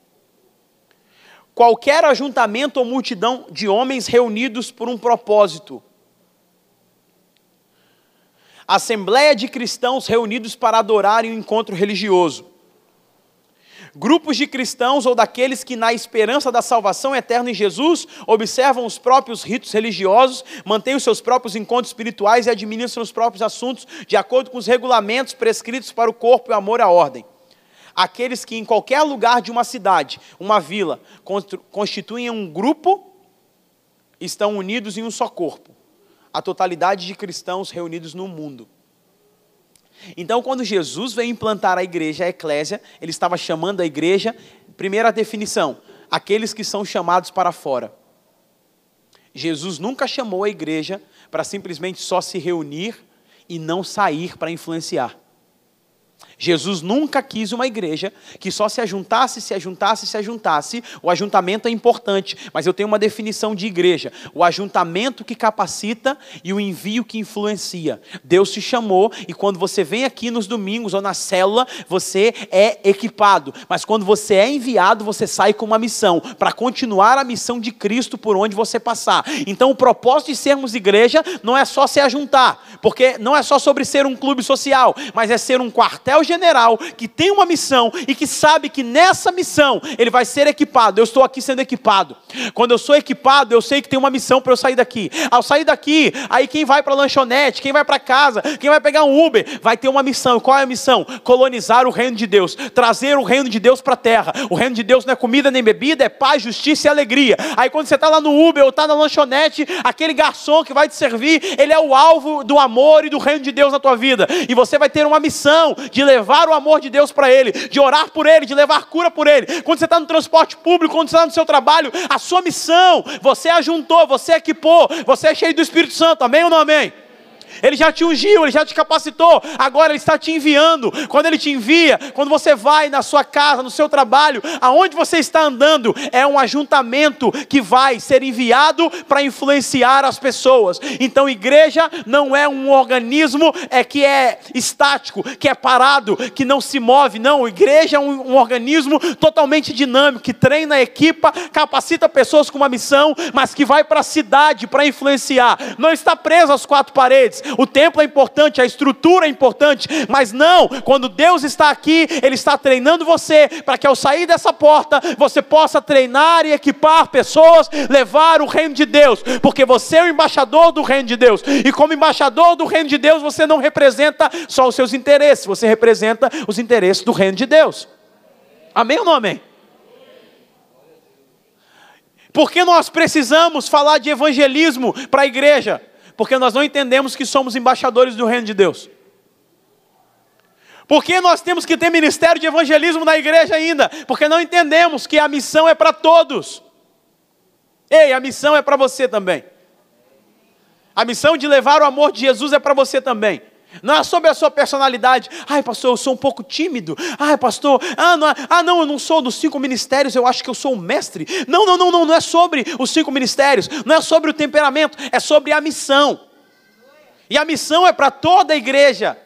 Qualquer ajuntamento ou multidão de homens reunidos por um propósito. Assembleia de cristãos reunidos para adorarem um encontro religioso. Grupos de cristãos ou daqueles que, na esperança da salvação eterna em Jesus, observam os próprios ritos religiosos, mantêm os seus próprios encontros espirituais e administram os próprios assuntos de acordo com os regulamentos prescritos para o corpo e o amor à ordem. Aqueles que, em qualquer lugar de uma cidade, uma vila, constituem um grupo, estão unidos em um só corpo. A totalidade de cristãos reunidos no mundo. Então, quando Jesus veio implantar a igreja, a eclésia, ele estava chamando a igreja, primeira definição, aqueles que são chamados para fora. Jesus nunca chamou a igreja para simplesmente só se reunir e não sair para influenciar. Jesus nunca quis uma igreja que só se ajuntasse. O ajuntamento é importante, mas eu tenho uma definição de igreja. O ajuntamento que capacita e o envio que influencia. Deus te chamou e quando você vem aqui nos domingos ou na célula, você é equipado. Mas quando você é enviado, você sai com uma missão, para continuar a missão de Cristo por onde você passar. Então o propósito de sermos igreja não é só se ajuntar, porque não é só sobre ser um clube social, mas é ser um quartel general que tem uma missão e que sabe que nessa missão ele vai ser equipado. Eu estou aqui sendo equipado. Quando eu sou equipado, eu sei que tem uma missão para eu sair daqui. Ao sair daqui, aí quem vai para a lanchonete, quem vai para casa, quem vai pegar um Uber, vai ter uma missão. Qual é a missão? Colonizar o reino de Deus, trazer o reino de Deus para a terra. O reino de Deus não é comida nem bebida, é paz, justiça e alegria. Aí quando você está lá no Uber ou está na lanchonete, aquele garçom que vai te servir, ele é o alvo do amor e do reino de Deus na tua vida. E você vai ter uma missão de levar o amor de Deus para ele, de orar por ele, de levar cura por ele. Quando você está no transporte público, quando você está no seu trabalho, a sua missão, você ajuntou, você equipou, você é cheio do Espírito Santo, amém ou não amém? Ele já te ungiu, ele já te capacitou, agora ele está te enviando. Quando ele te envia, quando você vai na sua casa, no seu trabalho, aonde você está andando, é um ajuntamento que vai ser enviado para influenciar as pessoas. Então igreja não é um organismo que é estático, que é parado, que não se move, não. Igreja é um organismo totalmente dinâmico, que treina, equipa, capacita pessoas com uma missão, mas que vai para a cidade para influenciar. Não está preso às quatro paredes. O templo é importante, a estrutura é importante, mas não, quando Deus está aqui, Ele está treinando você, para que ao sair dessa porta, você possa treinar e equipar pessoas, levar o reino de Deus, porque você é o embaixador do reino de Deus, e como embaixador do reino de Deus, você não representa só os seus interesses, você representa os interesses do reino de Deus. Amém ou não amém? Por que nós precisamos falar de evangelismo para a igreja? Porque nós não entendemos que somos embaixadores do reino de Deus. Por que nós temos que ter ministério de evangelismo na igreja ainda? Porque não entendemos que a missão é para todos. Ei, a missão é para você também. A missão de levar o amor de Jesus é para você também. Não é sobre a sua personalidade. Ai, pastor, eu sou um pouco tímido. Ai, pastor, não, eu não sou dos 5 ministérios, eu acho que eu sou um mestre. Não é sobre os 5 ministérios, não é sobre o temperamento, é sobre a missão. E a missão é para toda a igreja.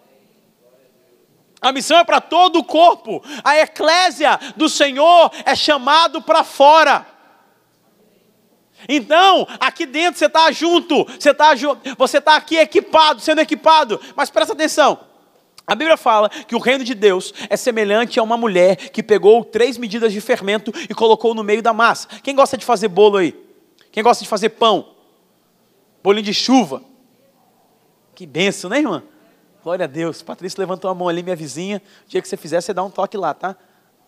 A missão é para todo o corpo. A eclésia do Senhor é chamado para fora. Então, aqui dentro você está junto, você está aqui equipado, sendo equipado, mas presta atenção, A Bíblia fala que o reino de Deus é semelhante a uma mulher que pegou 3 medidas de fermento e colocou no meio da massa. Quem gosta de fazer bolo aí? Quem gosta de fazer pão? Bolinho de chuva? Que benção, né, irmã? Glória a Deus. Patrícia levantou a mão ali, minha vizinha. O dia que você fizer, você dá um toque lá, tá?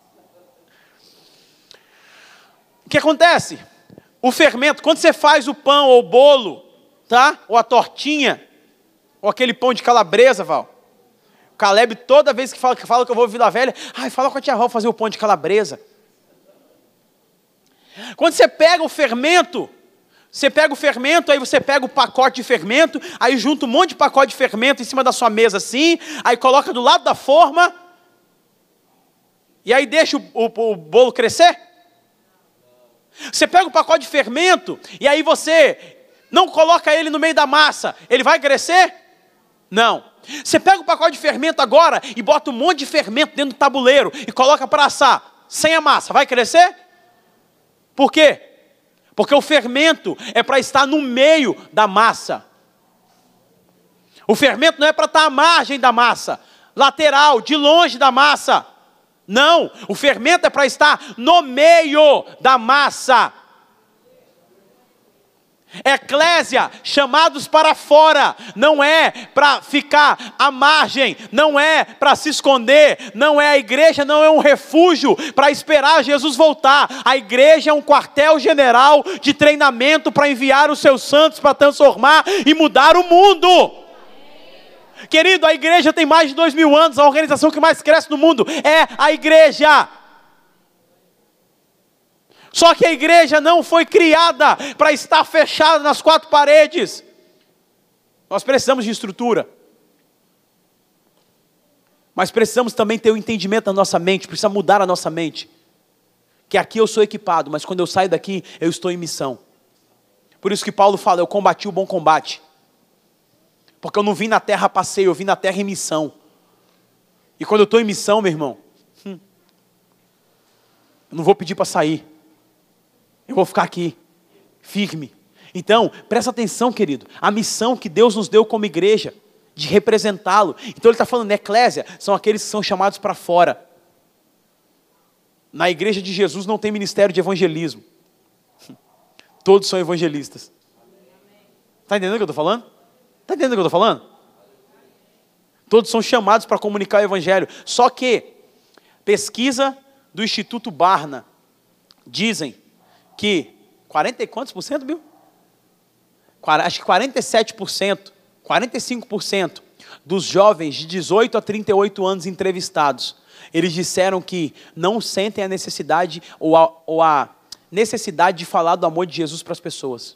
O que acontece? O fermento, quando você faz o pão ou o bolo, tá? Ou a tortinha, ou aquele pão de calabresa, Val. O Caleb, toda vez que fala que eu vou Vila Velha, fala com a tia Val fazer o pão de calabresa. Quando você pega o fermento, aí você pega o pacote de fermento, aí junta um monte de pacote de fermento em cima da sua mesa assim, aí coloca do lado da forma, e aí deixa o bolo crescer. Você pega o pacote de fermento, e aí você não coloca ele no meio da massa, ele vai crescer? Não. Você pega o pacote de fermento agora e bota um monte de fermento dentro do tabuleiro e coloca para assar, sem a massa, vai crescer? Por quê? Porque o fermento é para estar no meio da massa. O fermento não é para estar à margem da massa, lateral, de longe da massa. Não, o fermento é para estar no meio da massa. Eclésia, chamados para fora, não é para ficar à margem, não é para se esconder, não é a igreja, não é um refúgio para esperar Jesus voltar. A igreja é um quartel-general de treinamento para enviar os seus santos para transformar e mudar o mundo. Querido, a igreja tem mais de 2000 anos, a organização que mais cresce no mundo é a igreja. Só que a igreja não foi criada para estar fechada nas 4 paredes. Nós precisamos de estrutura. Mas precisamos também ter o entendimento da nossa mente, precisa mudar a nossa mente. Que aqui eu sou equipado, mas quando eu saio daqui, eu estou em missão. Por isso que Paulo fala, eu combati o bom combate. Porque eu não vim na terra a passeio, eu vim na terra em missão. E quando eu estou em missão, meu irmão, eu não vou pedir para sair. Eu vou ficar aqui, firme. Então, presta atenção, querido. A missão que Deus nos deu como igreja, de representá-lo. Então ele está falando, eclésia, são aqueles que são chamados para fora. Na igreja de Jesus não tem ministério de evangelismo. Todos são evangelistas. Está entendendo o que eu estou falando? Está entendendo o que eu estou falando? Todos são chamados para comunicar o evangelho. Só que, pesquisa do Instituto Barna, dizem que 40 e quantos por cento, Bill? Acho que 47%, 45% dos jovens de 18 a 38 anos entrevistados, eles disseram que não sentem a necessidade ou a necessidade de falar do amor de Jesus para as pessoas.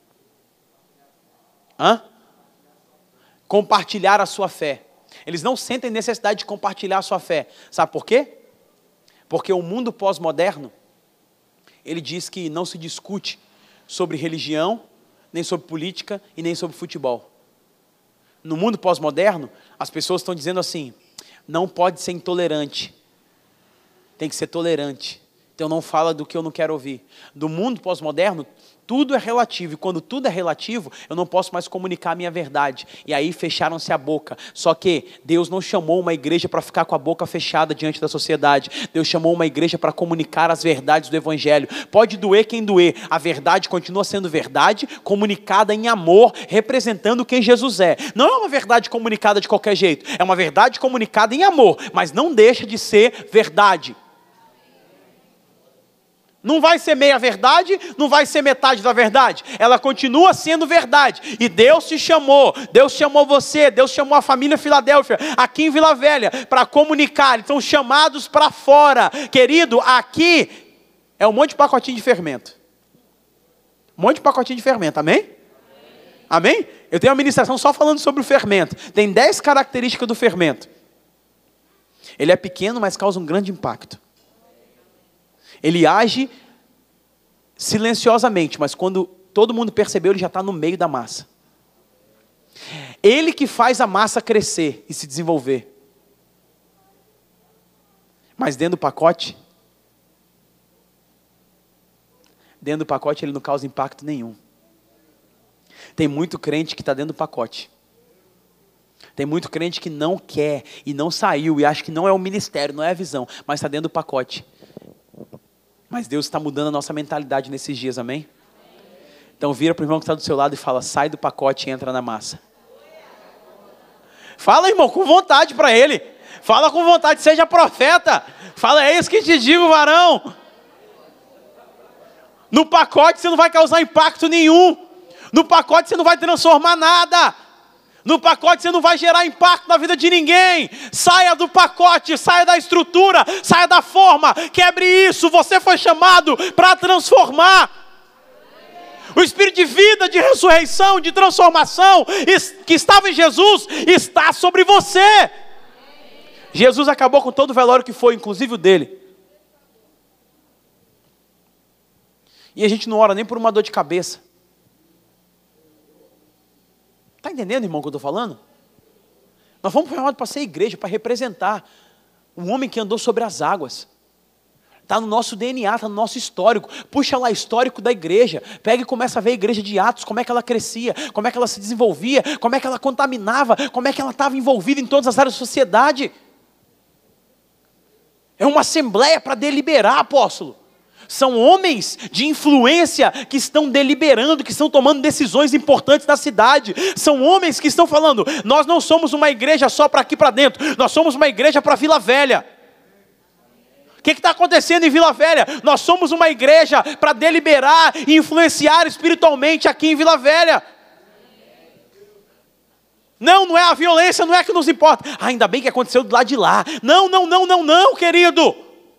Compartilhar a sua fé. Eles não sentem necessidade de compartilhar a sua fé. Sabe por quê? Porque o mundo pós-moderno, ele diz que não se discute sobre religião, nem sobre política e nem sobre futebol. No mundo pós-moderno, as pessoas estão dizendo assim, não pode ser intolerante, tem que ser tolerante. Então não fala do que eu não quero ouvir. Do mundo pós-moderno, tudo é relativo, e quando tudo é relativo, eu não posso mais comunicar a minha verdade. E aí fecharam-se a boca. Só que Deus não chamou uma igreja para ficar com a boca fechada diante da sociedade. Deus chamou uma igreja para comunicar as verdades do evangelho. Pode doer quem doer, a verdade continua sendo verdade, comunicada em amor, representando quem Jesus é. Não é uma verdade comunicada de qualquer jeito, é uma verdade comunicada em amor, mas não deixa de ser verdade. Não vai ser meia verdade, não vai ser metade da verdade. Ela continua sendo verdade. E Deus te chamou, Deus chamou você, Deus chamou a família Filadélfia, aqui em Vila Velha, para comunicar. Eles são chamados para fora. Querido, aqui é um monte de pacotinho de fermento. Um monte de pacotinho de fermento, amém? Amém? Eu tenho uma ministração só falando sobre o fermento. Tem 10 características do fermento. Ele é pequeno, mas causa um grande impacto. Ele age silenciosamente, mas quando todo mundo percebeu, ele já está no meio da massa. Ele que faz a massa crescer e se desenvolver. Mas dentro do pacote ele não causa impacto nenhum. Tem muito crente que está dentro do pacote. Tem muito crente que não quer e não saiu e acha que não é o ministério, não é a visão, mas está dentro do pacote. Mas Deus está mudando a nossa mentalidade nesses dias, amém? Então vira para o irmão que está do seu lado e fala, sai do pacote e entra na massa. Fala, irmão, com vontade para ele. Fala com vontade, seja profeta. Fala, é isso que te digo, varão. No pacote você não vai causar impacto nenhum. No pacote você não vai transformar nada. No pacote você não vai gerar impacto na vida de ninguém. Saia do pacote, saia da estrutura, saia da forma. Quebre isso, você foi chamado para transformar. O Espírito de vida, de ressurreição, de transformação, que estava em Jesus, está sobre você. Jesus acabou com todo o velório que foi, inclusive o dele. E a gente não ora nem por uma dor de cabeça. Está entendendo, irmão, o que eu estou falando? Nós fomos chamados para ser igreja, para representar um homem que andou sobre as águas. Está no nosso DNA, está no nosso histórico. Puxa lá, histórico da igreja. Pega e começa a ver a igreja de Atos, como é que ela crescia, como é que ela se desenvolvia, como é que ela contaminava, como é que ela estava envolvida em todas as áreas da sociedade. É uma assembleia para deliberar, apóstolo. São homens de influência que estão deliberando, que estão tomando decisões importantes na cidade. São homens que estão falando, nós não somos uma igreja só para aqui para dentro, nós somos uma igreja para Vila Velha. O que está acontecendo em Vila Velha? Nós somos uma igreja para deliberar e influenciar espiritualmente aqui em Vila Velha. Não é a violência, não é que nos importa. Ainda bem que aconteceu do lado de lá. Não, querido.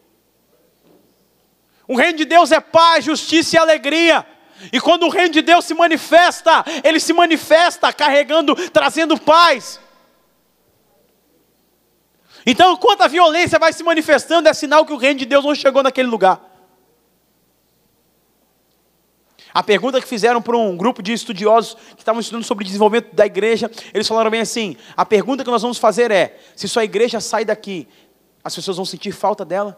O reino de Deus é paz, justiça e alegria. E quando o reino de Deus se manifesta, ele se manifesta carregando, trazendo paz. Então, enquanto a violência vai se manifestando, é sinal que o reino de Deus não chegou naquele lugar. A pergunta que fizeram para um grupo de estudiosos que estavam estudando sobre o desenvolvimento da igreja, eles falaram bem assim, a pergunta que nós vamos fazer é, se sua igreja sai daqui, as pessoas vão sentir falta dela?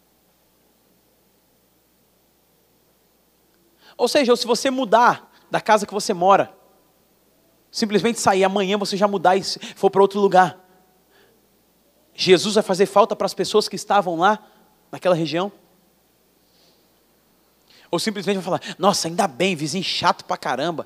Ou seja, se você mudar da casa que você mora, simplesmente sair amanhã, você já mudar e for para outro lugar, Jesus vai fazer falta para as pessoas que estavam lá, naquela região? Ou simplesmente vai falar, nossa, ainda bem, vizinho chato pra caramba.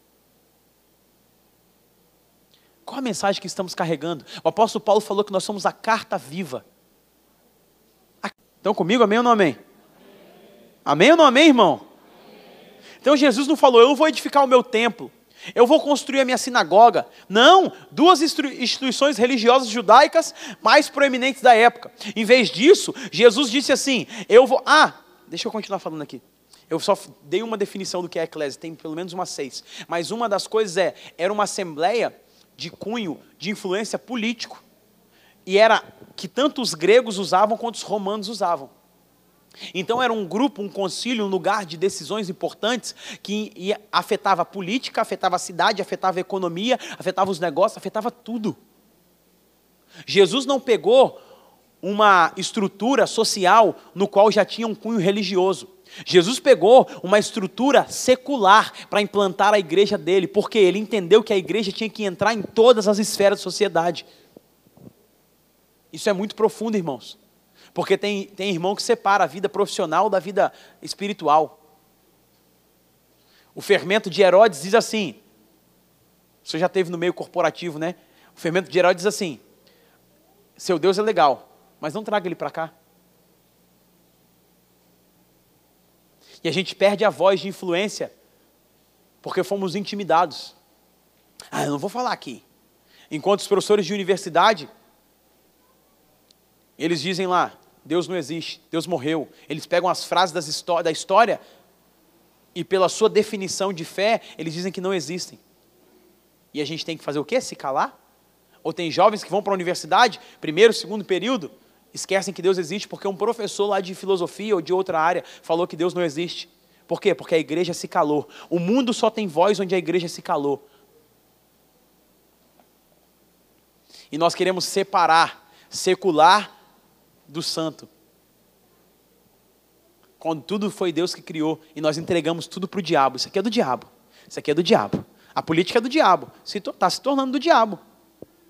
Qual a mensagem que estamos carregando? O apóstolo Paulo falou que nós somos a carta viva. Estão comigo, amém ou não amém? Amém ou não amém, irmão? Então Jesus não falou, eu não vou edificar o meu templo, eu vou construir a minha sinagoga. Não, duas instituições religiosas judaicas mais proeminentes da época. Em vez disso, Jesus disse assim, deixa eu continuar falando aqui. Eu só dei uma definição do que é a eclésia, tem pelo menos umas 6. Mas uma das coisas era uma assembleia de cunho, de influência político. E era que tanto os gregos usavam quanto os romanos usavam. Então era um grupo, um concílio, um lugar de decisões importantes que afetava a política, afetava a cidade, afetava a economia, afetava os negócios, afetava tudo. Jesus não pegou uma estrutura social no qual já tinha um cunho religioso. Jesus pegou uma estrutura secular para implantar a igreja dele, porque ele entendeu que a igreja tinha que entrar em todas as esferas da sociedade. Isso é muito profundo, irmãos. Porque tem irmão que separa a vida profissional da vida espiritual. O fermento de Herodes diz assim, você já esteve no meio corporativo, né? O fermento de Herodes diz assim, seu Deus é legal, mas não traga ele para cá. E a gente perde a voz de influência, porque fomos intimidados. Eu não vou falar aqui. Enquanto os professores de universidade, eles dizem lá, Deus não existe, Deus morreu. Eles pegam as frases da história e pela sua definição de fé, eles dizem que não existem. E a gente tem que fazer o quê? Se calar? Ou tem jovens que vão para a universidade, primeiro, segundo período, esquecem que Deus existe porque um professor lá de filosofia ou de outra área falou que Deus não existe. Por quê? Porque a igreja se calou. O mundo só tem voz onde a igreja se calou. E nós queremos separar secular do santo. Quando tudo foi Deus que criou e nós entregamos tudo para o diabo. Isso aqui é do diabo. Isso aqui é do diabo. A política é do diabo. Está se tornando do diabo.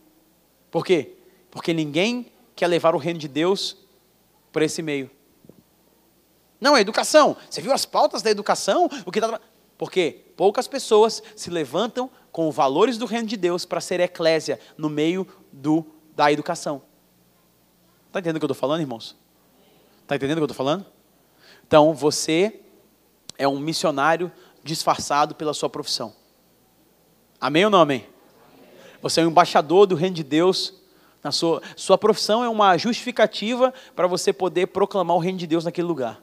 Por quê? Porque ninguém quer levar o reino de Deus por esse meio. Não, é educação. Você viu as pautas da educação? Porque poucas pessoas se levantam com os valores do reino de Deus para ser eclésia no meio da educação. Está entendendo o que eu estou falando, irmãos? Está entendendo o que eu estou falando? Então, você é um missionário disfarçado pela sua profissão. Amém ou não amém? Você é um embaixador do reino de Deus. Na sua profissão é uma justificativa para você poder proclamar o reino de Deus naquele lugar.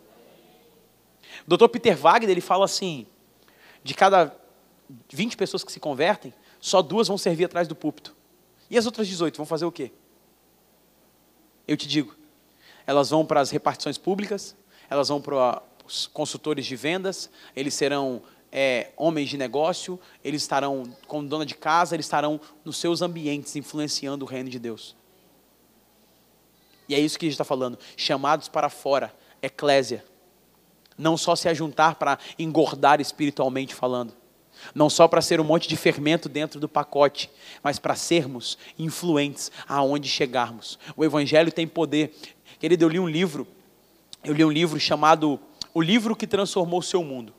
O Dr. Peter Wagner, ele fala assim, de cada 20 pessoas que se convertem, só 2 vão servir atrás do púlpito. E as outras 18 vão fazer o quê? Eu te digo, elas vão para as repartições públicas, elas vão para os consultores de vendas, eles serão homens de negócio, eles estarão como dona de casa, eles estarão nos seus ambientes influenciando o reino de Deus. E é isso que a gente está falando, chamados para fora, eclésia. Não só se ajuntar para engordar espiritualmente falando, não só para ser um monte de fermento dentro do pacote, mas para sermos influentes aonde chegarmos. O evangelho tem poder. Querido, eu li um livro chamado O Livro que Transformou o Seu Mundo.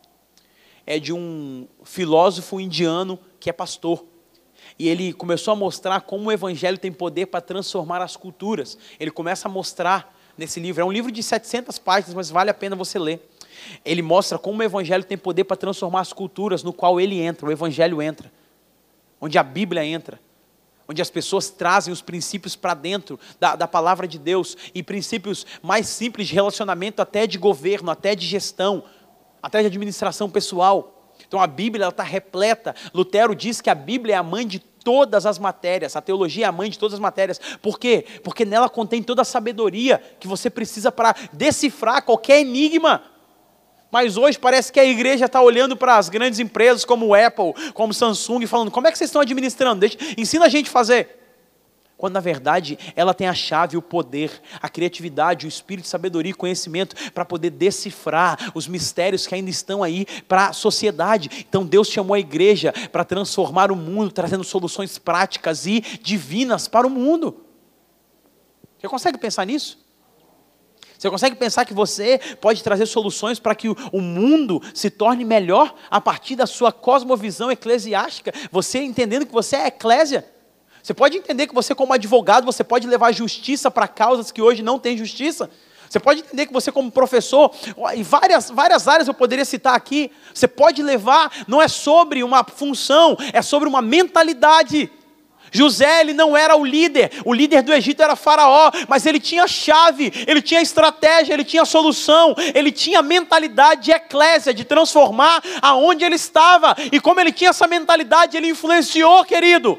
É de um filósofo indiano que é pastor. E ele começou a mostrar como o evangelho tem poder para transformar as culturas. Ele começa a mostrar nesse livro, é um livro de 700 páginas, mas vale a pena você ler. Ele mostra como o evangelho tem poder para transformar as culturas no qual ele entra, o evangelho entra. Onde a Bíblia entra. Onde as pessoas trazem os princípios para dentro da palavra de Deus. E princípios mais simples de relacionamento, até de governo, até de gestão, até de administração pessoal. Então a Bíblia está repleta. Lutero diz que a Bíblia é a mãe de todas as matérias. A teologia é a mãe de todas as matérias. Por quê? Porque nela contém toda a sabedoria que você precisa para decifrar qualquer enigma. Mas hoje parece que a igreja está olhando para as grandes empresas como o Apple, como o Samsung, falando, como é que vocês estão administrando? Ensina a gente a fazer. Quando na verdade ela tem a chave, o poder, a criatividade, o espírito de sabedoria e conhecimento para poder decifrar os mistérios que ainda estão aí para a sociedade. Então Deus chamou a igreja para transformar o mundo, trazendo soluções práticas e divinas para o mundo. Você consegue pensar nisso? Você consegue pensar que você pode trazer soluções para que o mundo se torne melhor a partir da sua cosmovisão eclesiástica? Você entendendo que você é eclésia? Você pode entender que você como advogado, você pode levar justiça para causas que hoje não tem justiça? Você pode entender que você como professor, em várias áreas eu poderia citar aqui, você pode levar, não é sobre uma função, é sobre uma mentalidade. José, ele não era o líder do Egito era Faraó, mas ele tinha chave, ele tinha estratégia, ele tinha solução, ele tinha mentalidade de eclésia, de transformar aonde ele estava, e como ele tinha essa mentalidade, ele influenciou, querido.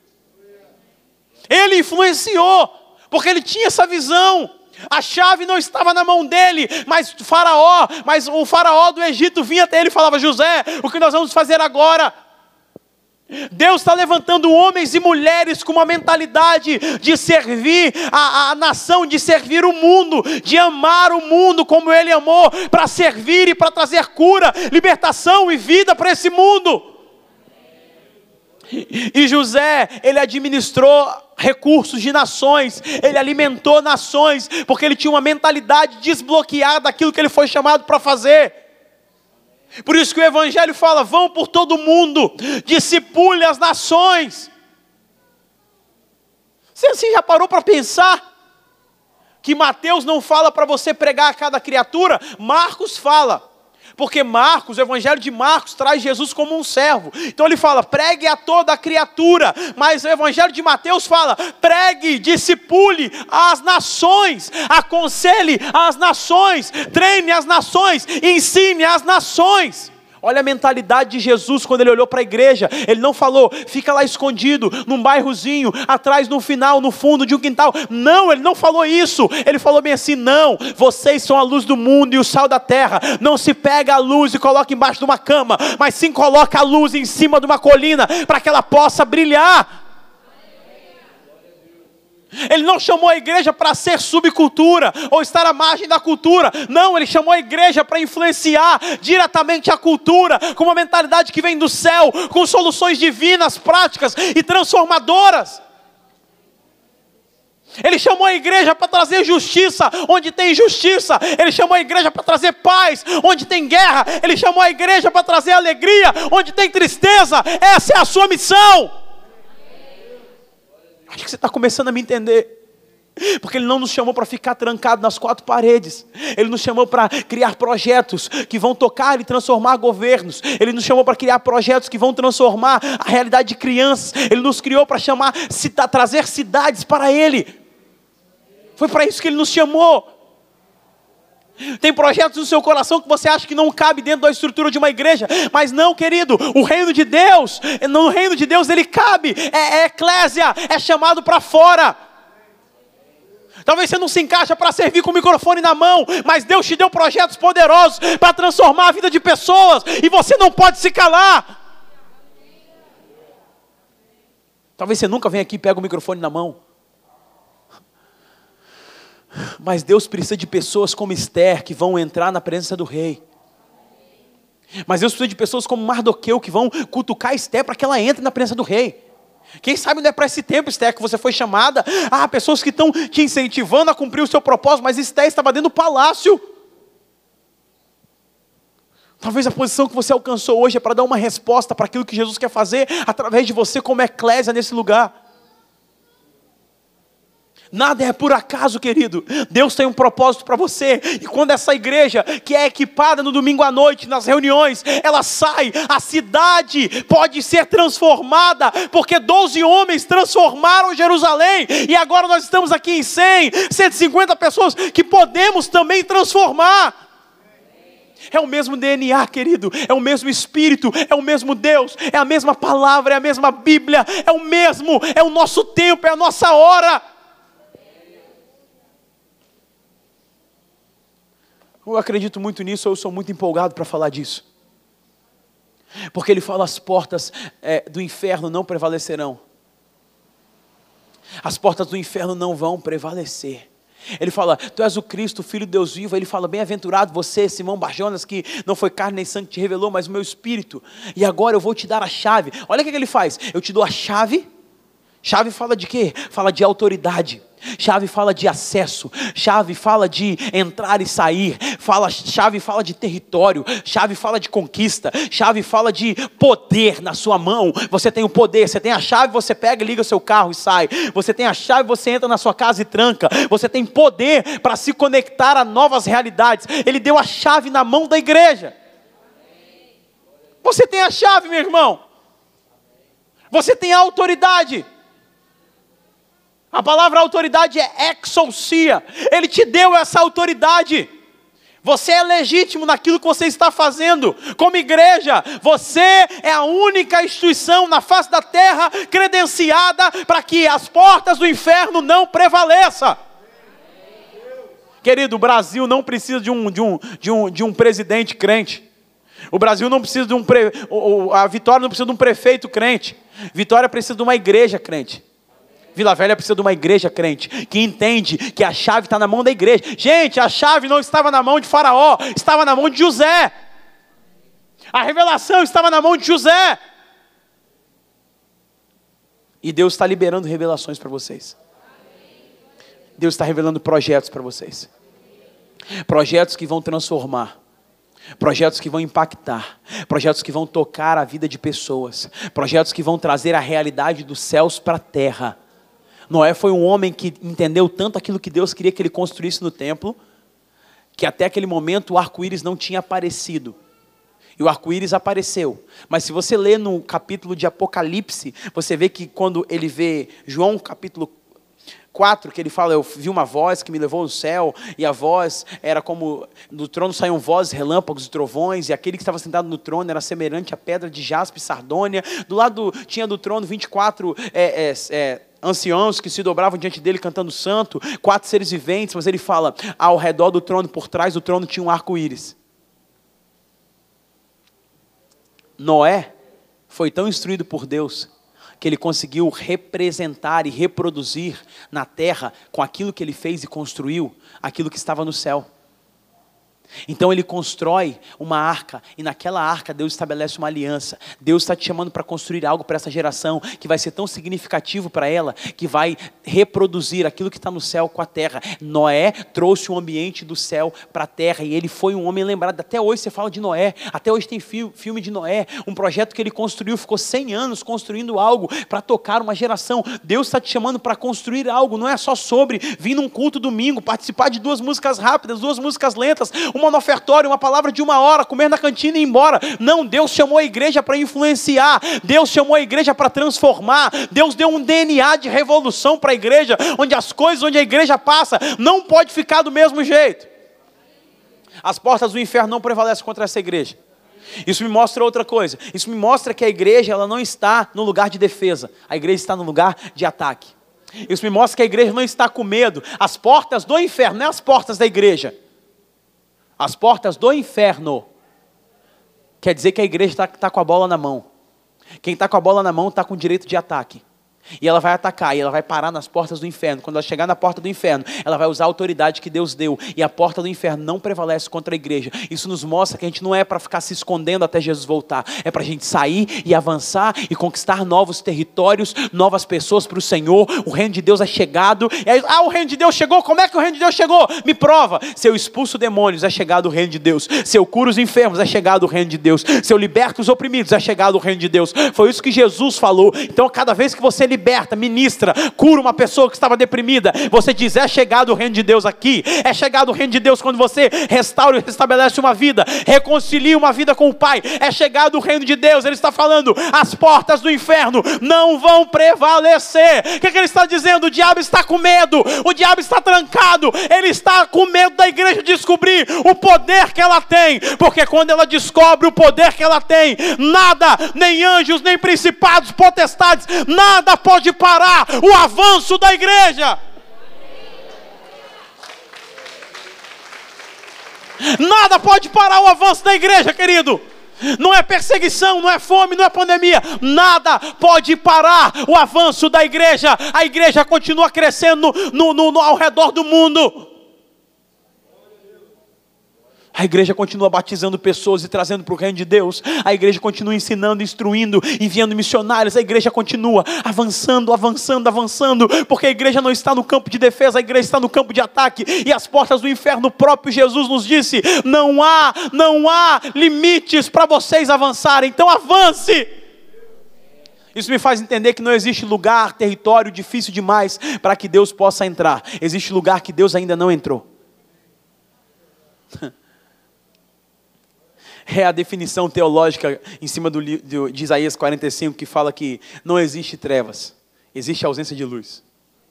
Ele influenciou, porque ele tinha essa visão. A chave não estava na mão dele, mas o faraó do Egito vinha até ele e falava, José, o que nós vamos fazer agora? Deus está levantando homens e mulheres com uma mentalidade de servir a nação, de servir o mundo, de amar o mundo como Ele amou, para servir e para trazer cura, libertação e vida para esse mundo. E José, ele administrou recursos de nações, ele alimentou nações, porque ele tinha uma mentalidade desbloqueada daquilo que ele foi chamado para fazer. Por isso que o evangelho fala, vão por todo mundo, discipule as nações. Você já parou para pensar que Mateus não fala para você pregar a cada criatura? Marcos fala. Porque Marcos, o evangelho de Marcos traz Jesus como um servo. Então ele fala, pregue a toda a criatura. Mas o evangelho de Mateus fala, pregue, discipule as nações. Aconselhe as nações. Treine as nações. Ensine as nações. Olha a mentalidade de Jesus quando ele olhou para a igreja. Ele não falou, fica lá escondido, num bairrozinho, atrás, no final, no fundo de um quintal. Não, ele não falou isso. Ele falou bem assim, não, vocês são a luz do mundo e o sal da terra. Não se pega a luz e coloca embaixo de uma cama, mas sim coloca a luz em cima de uma colina, para que ela possa brilhar. Ele não chamou a igreja para ser subcultura, ou estar à margem da cultura. Não, ele chamou a igreja para influenciar diretamente a cultura, com uma mentalidade que vem do céu, com soluções divinas, práticas e transformadoras. Ele chamou a igreja para trazer justiça onde tem injustiça. Ele chamou a igreja para trazer paz onde tem guerra. Ele chamou a igreja para trazer alegria onde tem tristeza. Essa é a sua missão. Acho que você está começando a me entender. Porque Ele não nos chamou para ficar trancado nas quatro paredes. Ele nos chamou para criar projetos que vão tocar e transformar governos. Ele nos chamou para criar projetos que vão transformar a realidade de crianças. Ele nos criou para trazer cidades para Ele. Foi para isso que Ele nos chamou. Tem projetos no seu coração que você acha que não cabe dentro da estrutura de uma igreja. Mas não, querido, o reino de Deus, no reino de Deus ele cabe. É eclésia, é chamado para fora. Talvez você não se encaixa para servir com o microfone na mão, mas Deus te deu projetos poderosos para transformar a vida de pessoas, e você não pode se calar. Talvez você nunca venha aqui e pegue o microfone na mão, mas Deus precisa de pessoas como Esther, que vão entrar na presença do rei. Mas Deus precisa de pessoas como Mardoqueu, que vão cutucar Esther para que ela entre na presença do rei. Quem sabe não é para esse tempo, Esther, que você foi chamada. Pessoas que estão te incentivando a cumprir o seu propósito, mas Esther estava dentro do palácio. Talvez a posição que você alcançou hoje é para dar uma resposta para aquilo que Jesus quer fazer através de você como eclésia nesse lugar. Nada é por acaso, querido. Deus tem um propósito para você. E quando essa igreja, que é equipada no domingo à noite, nas reuniões, ela sai, a cidade pode ser transformada, porque 12 homens transformaram Jerusalém, e agora nós estamos aqui em 100, 150 pessoas, que podemos também transformar. É o mesmo DNA, querido, é o mesmo Espírito, é o mesmo Deus, é a mesma palavra, é a mesma Bíblia, é o mesmo, é o nosso tempo, é a nossa hora. Eu acredito muito nisso, eu sou muito empolgado para falar disso. Porque Ele fala: as portas do inferno não prevalecerão. As portas do inferno não vão prevalecer. Ele fala: tu és o Cristo, Filho de Deus vivo. Ele fala: bem-aventurado você, Simão Barjonas, que não foi carne nem sangue que te revelou, mas o meu Espírito. E agora eu vou te dar a chave. Olha o que ele faz: eu te dou a chave. Chave fala de quê? Fala de autoridade. Chave fala de acesso, chave fala de entrar e sair, chave fala de território, chave fala de conquista, chave fala de poder na sua mão. Você tem o poder, você tem a chave, você pega e liga o seu carro e sai. Você tem a chave, você entra na sua casa e tranca. Você tem poder para se conectar a novas realidades. Ele deu a chave na mão da igreja. Você tem a chave, meu irmão. Você tem a autoridade. A palavra autoridade é exousia. Ele te deu essa autoridade. Você é legítimo naquilo que você está fazendo. Como igreja, você é a única instituição na face da terra credenciada para que as portas do inferno não prevaleçam. Querido, o Brasil não precisa de um presidente crente. O Brasil não precisa de a Vitória não precisa de um prefeito crente. Vitória precisa de uma igreja crente. Vila Velha precisa de uma igreja crente, que entende que a chave está na mão da igreja. Gente, a chave não estava na mão de Faraó, estava na mão de José. A revelação estava na mão de José. E Deus está liberando revelações para vocês. Deus está revelando projetos para vocês. Projetos que vão transformar. Projetos que vão impactar, projetos que vão tocar a vida de pessoas, projetos que vão trazer a realidade dos céus para a terra. Noé foi um homem que entendeu tanto aquilo que Deus queria que ele construísse no templo, que até aquele momento o arco-íris não tinha aparecido. E o arco-íris apareceu. Mas se você ler no capítulo de Apocalipse, você vê que quando ele vê João capítulo 4, que ele fala: eu vi uma voz que me levou ao céu, e a voz era como, do trono saíam vozes, relâmpagos e trovões, e aquele que estava sentado no trono era semelhante à pedra de jaspe e sardônia. Do lado tinha do trono 24 anciãos que se dobravam diante dele cantando santo, 4 seres viventes, mas ele fala: ao redor do trono, por trás do trono, tinha um arco-íris. Noé foi tão instruído por Deus que ele conseguiu representar e reproduzir na terra, com aquilo que ele fez e construiu, aquilo que estava no céu. Então ele constrói uma arca, e naquela arca Deus estabelece uma aliança. Deus está te chamando para construir algo para essa geração, que vai ser tão significativo para ela, que vai reproduzir aquilo que está no céu com a terra. Noé trouxe o ambiente do céu para a terra, e ele foi um homem lembrado. Até hoje você fala de Noé, até hoje tem filme de Noé, um projeto que ele construiu, ficou 100 anos construindo algo para tocar uma geração. Deus está te chamando para construir algo, não é só sobre vir num culto domingo, participar de 2 músicas rápidas, 2 músicas lentas, uma no ofertório, uma palavra de 1 hora, comer na cantina e ir embora. Não, Deus chamou a igreja para influenciar, Deus chamou a igreja para transformar, Deus deu um DNA de revolução para a igreja, onde as coisas, onde a igreja passa, não pode ficar do mesmo jeito. As portas do inferno não prevalecem contra essa igreja. Isso me mostra outra coisa, isso me mostra que a igreja ela não está no lugar de defesa, a igreja está no lugar de ataque. Isso me mostra que a igreja não está com medo. As portas do inferno, não é as portas da igreja. As portas do inferno quer dizer que a igreja está com a bola na mão. Quem está com a bola na mão está com direito de ataque. E ela vai atacar, e ela vai parar nas portas do inferno. Quando ela chegar na porta do inferno, ela vai usar a autoridade que Deus deu. E a porta do inferno não prevalece contra a igreja. Isso nos mostra que a gente não é para ficar se escondendo até Jesus voltar. É para a gente sair e avançar e conquistar novos territórios, novas pessoas para o Senhor. O reino de Deus é chegado. E aí, o reino de Deus chegou? Como é que o reino de Deus chegou? Me prova. Se eu expulso demônios, é chegado o reino de Deus. Se eu curo os enfermos, é chegado o reino de Deus. Se eu liberto os oprimidos, é chegado o reino de Deus. Foi isso que Jesus falou. Então cada vez que você liberta, ministra, cura uma pessoa que estava deprimida, você diz, é chegado o reino de Deus aqui. É chegado o reino de Deus quando você restaura e restabelece uma vida, reconcilia uma vida com o Pai. É chegado o reino de Deus. Ele está falando, as portas do inferno não vão prevalecer. O que ele está dizendo? O diabo está com medo, o diabo está trancado, ele está com medo da igreja descobrir o poder que ela tem, porque quando ela descobre o poder que ela tem, nada, nem anjos, nem principados, potestades, nada pode parar o avanço da igreja. Nada pode parar o avanço da igreja, querido. Não é perseguição, não é fome, não é pandemia. Nada pode parar o avanço da igreja. A igreja continua crescendo ao redor do mundo. A igreja continua batizando pessoas e trazendo para o reino de Deus. A igreja continua ensinando, instruindo, enviando missionários. A igreja continua avançando, avançando, avançando. Porque a igreja não está no campo de defesa, a igreja está no campo de ataque. E as portas do inferno, o próprio Jesus nos disse, não há limites para vocês avançarem. Então avance. Isso me faz entender que não existe lugar, território difícil demais para que Deus possa entrar. Existe lugar que Deus ainda não entrou. É a definição teológica em cima de Isaías 45, que fala que não existe trevas, existe ausência de luz.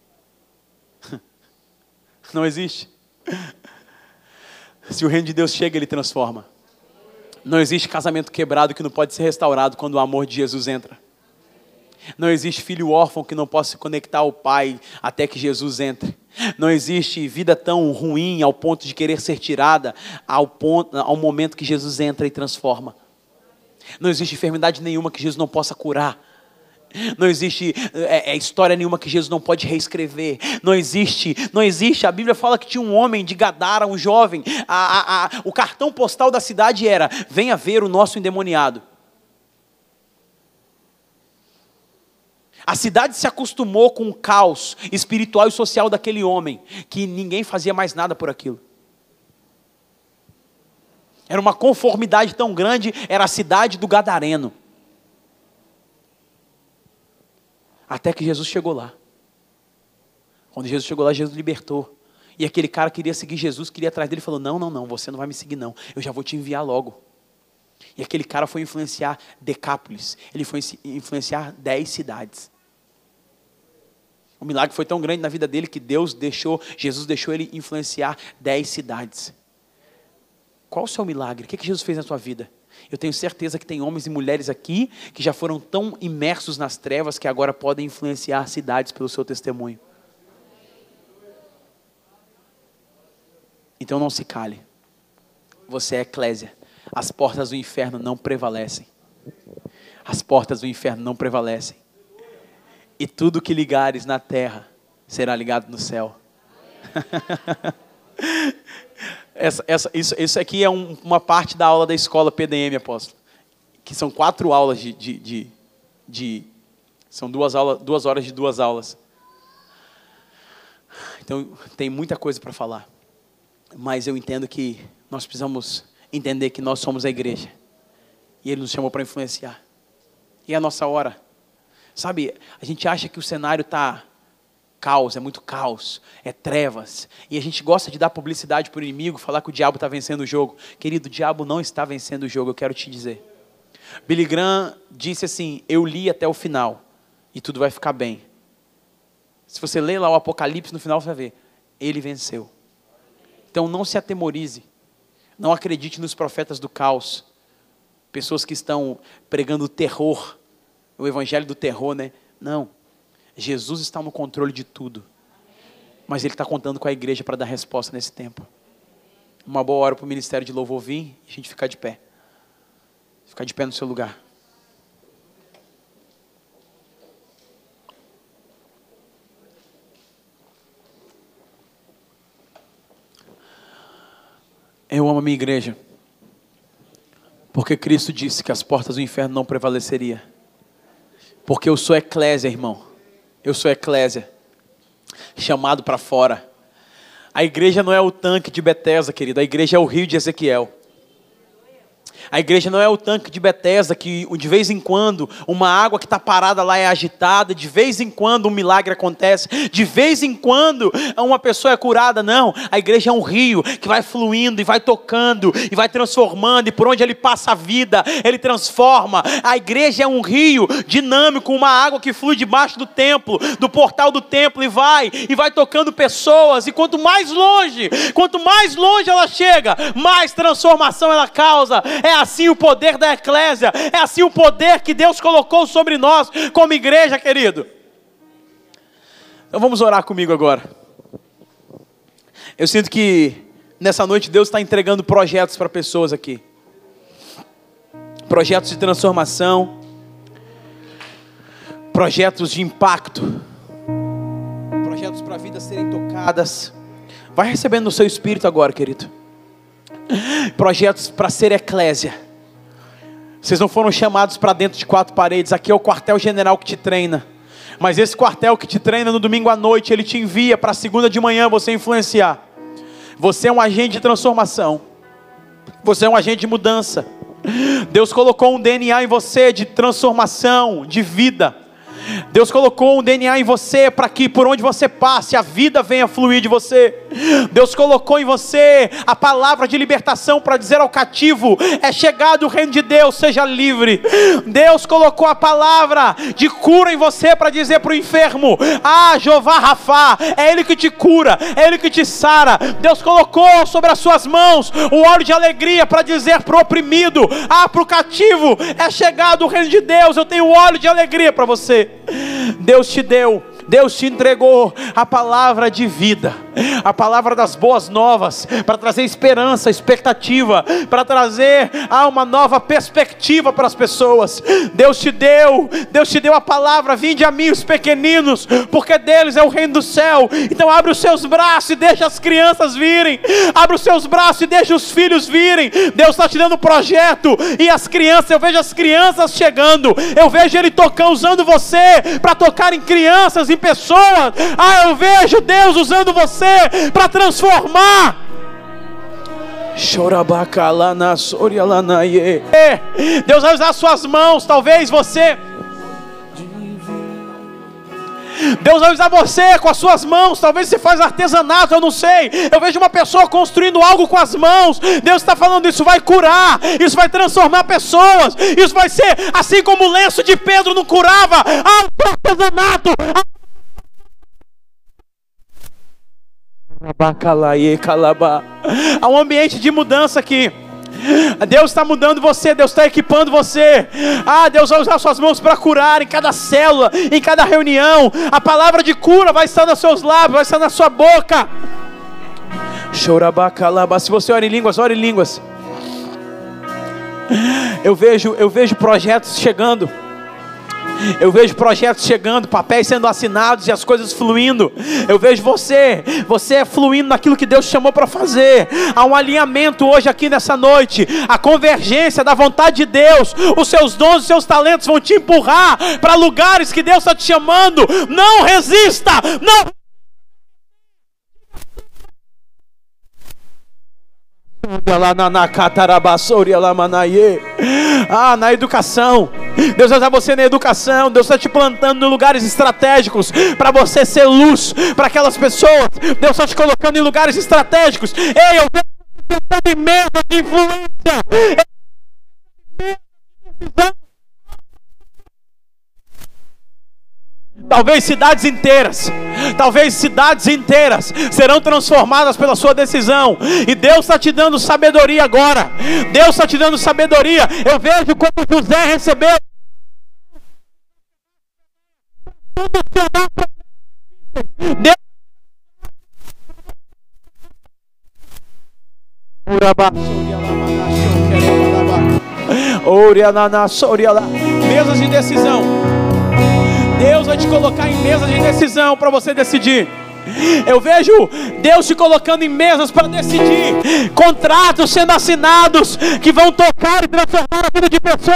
Não existe. Se o reino de Deus chega, ele transforma. Não existe casamento quebrado que não pode ser restaurado quando o amor de Jesus entra. Não existe filho órfão que não possa se conectar ao Pai até que Jesus entre. Não existe vida tão ruim ao ponto de querer ser tirada ao momento que Jesus entra e transforma. Não existe enfermidade nenhuma que Jesus não possa curar. Não existe história nenhuma que Jesus não pode reescrever. Não existe. A Bíblia fala que tinha um homem de Gadara, um jovem. O cartão postal da cidade era: venha ver o nosso endemoniado. A cidade se acostumou com o caos espiritual e social daquele homem, que ninguém fazia mais nada por aquilo. Era uma conformidade tão grande, era a cidade do Gadareno. Até que Jesus chegou lá. Quando Jesus chegou lá, Jesus libertou. E aquele cara queria seguir Jesus, queria ir atrás dele e falou, não, você não vai me seguir não, eu já vou te enviar logo. E aquele cara foi influenciar Decápolis, ele foi influenciar 10 cidades. O milagre foi tão grande na vida dele que Jesus deixou ele influenciar 10 cidades. Qual o seu milagre? O que Jesus fez na sua vida? Eu tenho certeza que tem homens e mulheres aqui que já foram tão imersos nas trevas que agora podem influenciar cidades pelo seu testemunho. Então não se cale. Você é eclésia. As portas do inferno não prevalecem. As portas do inferno não prevalecem. E tudo que ligares na terra será ligado no céu. Isso aqui é uma parte da aula da escola PDM, apóstolo. Que são 4 aulas são 2 horas de 2 aulas. Então, tem muita coisa para falar. Mas eu entendo que nós precisamos entender que nós somos a igreja. E Ele nos chamou para influenciar. E é a nossa hora. Sabe, a gente acha que o cenário está caos, é muito caos, é trevas. E a gente gosta de dar publicidade para o inimigo, falar que o diabo está vencendo o jogo. Querido, o diabo não está vencendo o jogo, eu quero te dizer. Billy Graham disse assim, eu li até o final e tudo vai ficar bem. Se você ler lá o Apocalipse, no final você vai ver, ele venceu. Então não se atemorize, não acredite nos profetas do caos, pessoas que estão pregando o terror, o evangelho do terror, né? Não, Jesus está no controle de tudo, mas Ele está contando com a igreja para dar resposta nesse tempo. Uma boa hora para o ministério de louvor vir e a gente ficar de pé. Ficar de pé no seu lugar. Eu amo a minha igreja, porque Cristo disse que as portas do inferno não prevaleceriam. Porque eu sou eclésia, irmão. Eu sou eclésia, chamado para fora. A igreja não é o tanque de Betesda, querido. A igreja é o rio de Ezequiel. A igreja não é o tanque de Betesda que de vez em quando uma água que está parada lá é agitada, de vez em quando um milagre acontece, de vez em quando uma pessoa é curada. Não, a igreja é um rio que vai fluindo e vai tocando e vai transformando, e por onde ele passa a vida, ele transforma. A igreja é um rio dinâmico, uma água que flui debaixo do templo, do portal do templo, e vai tocando pessoas, e quanto mais longe ela chega, mais transformação ela causa. É assim o poder da eclésia, é assim o poder que Deus colocou sobre nós como igreja, querido. Então vamos orar comigo agora. Eu sinto que nessa noite Deus está entregando projetos para pessoas aqui. Projetos de transformação, projetos de impacto, projetos para vidas serem tocadas. Vai recebendo no seu espírito agora, querido. Projetos para ser eclésia. Vocês não foram chamados para dentro de 4 paredes. Aqui é o quartel-general que te treina. Mas esse quartel que te treina no domingo à noite, ele te envia para segunda de manhã você influenciar. Você é um agente de transformação. Você é um agente de mudança. Deus colocou um DNA em você de transformação, de vida. Deus colocou um DNA em você para que por onde você passe a vida venha fluir de você. Deus colocou em você a palavra de libertação para dizer ao cativo, é chegado o reino de Deus, seja livre. Deus colocou a palavra de cura em você para dizer para o enfermo, Jeová Rafá, é Ele que te cura, é Ele que te sara. Deus colocou sobre as suas mãos o óleo de alegria para dizer para o oprimido, para o cativo, é chegado o reino de Deus, eu tenho óleo de alegria para você. Deus te deu, Deus te entregou a palavra de vida, a palavra das boas novas, para trazer esperança, expectativa, para trazer uma nova perspectiva para as pessoas. Deus te deu a palavra, vinde a mim os pequeninos, porque deles é o reino do céu. Então abre os seus braços e deixa as crianças virem, abre os seus braços e deixa os filhos virem. Deus está te dando um projeto, e as crianças, eu vejo as crianças chegando, eu vejo Ele tocando, usando você para tocar em crianças, em pessoas. Eu vejo Deus usando você para transformar. Deus vai usar as suas mãos. Talvez você, Deus vai usar você com as suas mãos. Talvez você faz artesanato, eu não sei. Eu vejo uma pessoa construindo algo com as mãos. Deus está falando, isso vai curar, isso vai transformar pessoas. Isso vai ser assim como o lenço de Pedro não curava. Artesanato. Há um ambiente de mudança aqui. Deus está mudando você, Deus está equipando você. Deus vai usar suas mãos para curar em cada célula, em cada reunião. A palavra de cura vai estar nos seus lábios, vai estar na sua boca. Se você ora em línguas, ore em línguas. Eu vejo projetos chegando. Eu vejo projetos chegando, papéis sendo assinados e as coisas fluindo. Eu vejo você fluindo naquilo que Deus chamou para fazer. Há um alinhamento hoje aqui nessa noite. A convergência da vontade de Deus. Os seus dons, os seus talentos vão te empurrar para lugares que Deus está te chamando. Não resista, não. Na educação, Deus vai usar você na educação. Deus está te plantando em lugares estratégicos para você ser luz para aquelas pessoas. Deus está te colocando em lugares estratégicos. Ei, eu vejo você sentando em mesa de influência. Talvez cidades inteiras serão transformadas pela sua decisão. E Deus está te dando sabedoria agora. Deus está te dando sabedoria. Eu vejo como José recebeu. Deus. Mesas de decisão. Deus vai te colocar em mesas de decisão para você decidir. Eu vejo Deus te colocando em mesas para decidir. Contratos sendo assinados que vão tocar e transformar a vida de pessoas.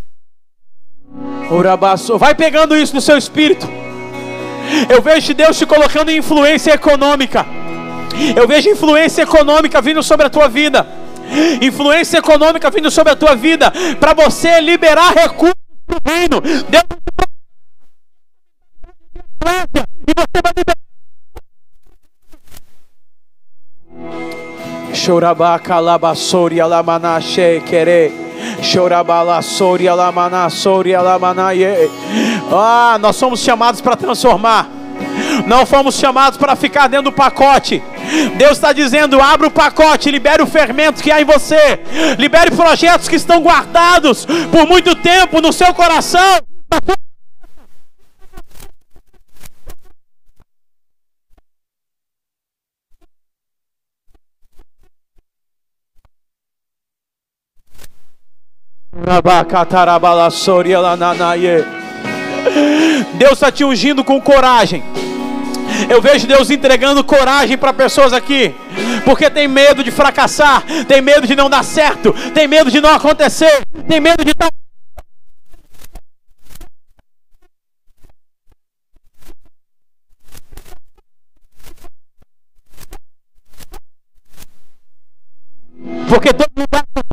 Vai pegando isso no seu espírito. Eu vejo Deus te colocando em influência econômica. Eu vejo influência econômica vindo sobre a tua vida. Influência econômica vindo sobre a tua vida para você liberar recursos para o reino. Deus e você vai liberar. Chorabaka labassori alamanache querer. Chorabala sori alamana sori alamanaye. Nós somos chamados para transformar. Não fomos chamados para ficar dentro do pacote. Deus está dizendo: abra o pacote, libere o fermento que há em você. Libere projetos que estão guardados por muito tempo no seu coração. Deus está te ungindo com coragem. Eu vejo Deus entregando coragem para pessoas aqui, porque tem medo de fracassar, tem medo de não dar certo, tem medo de não acontecer, tem medo de estar... Porque todo lugar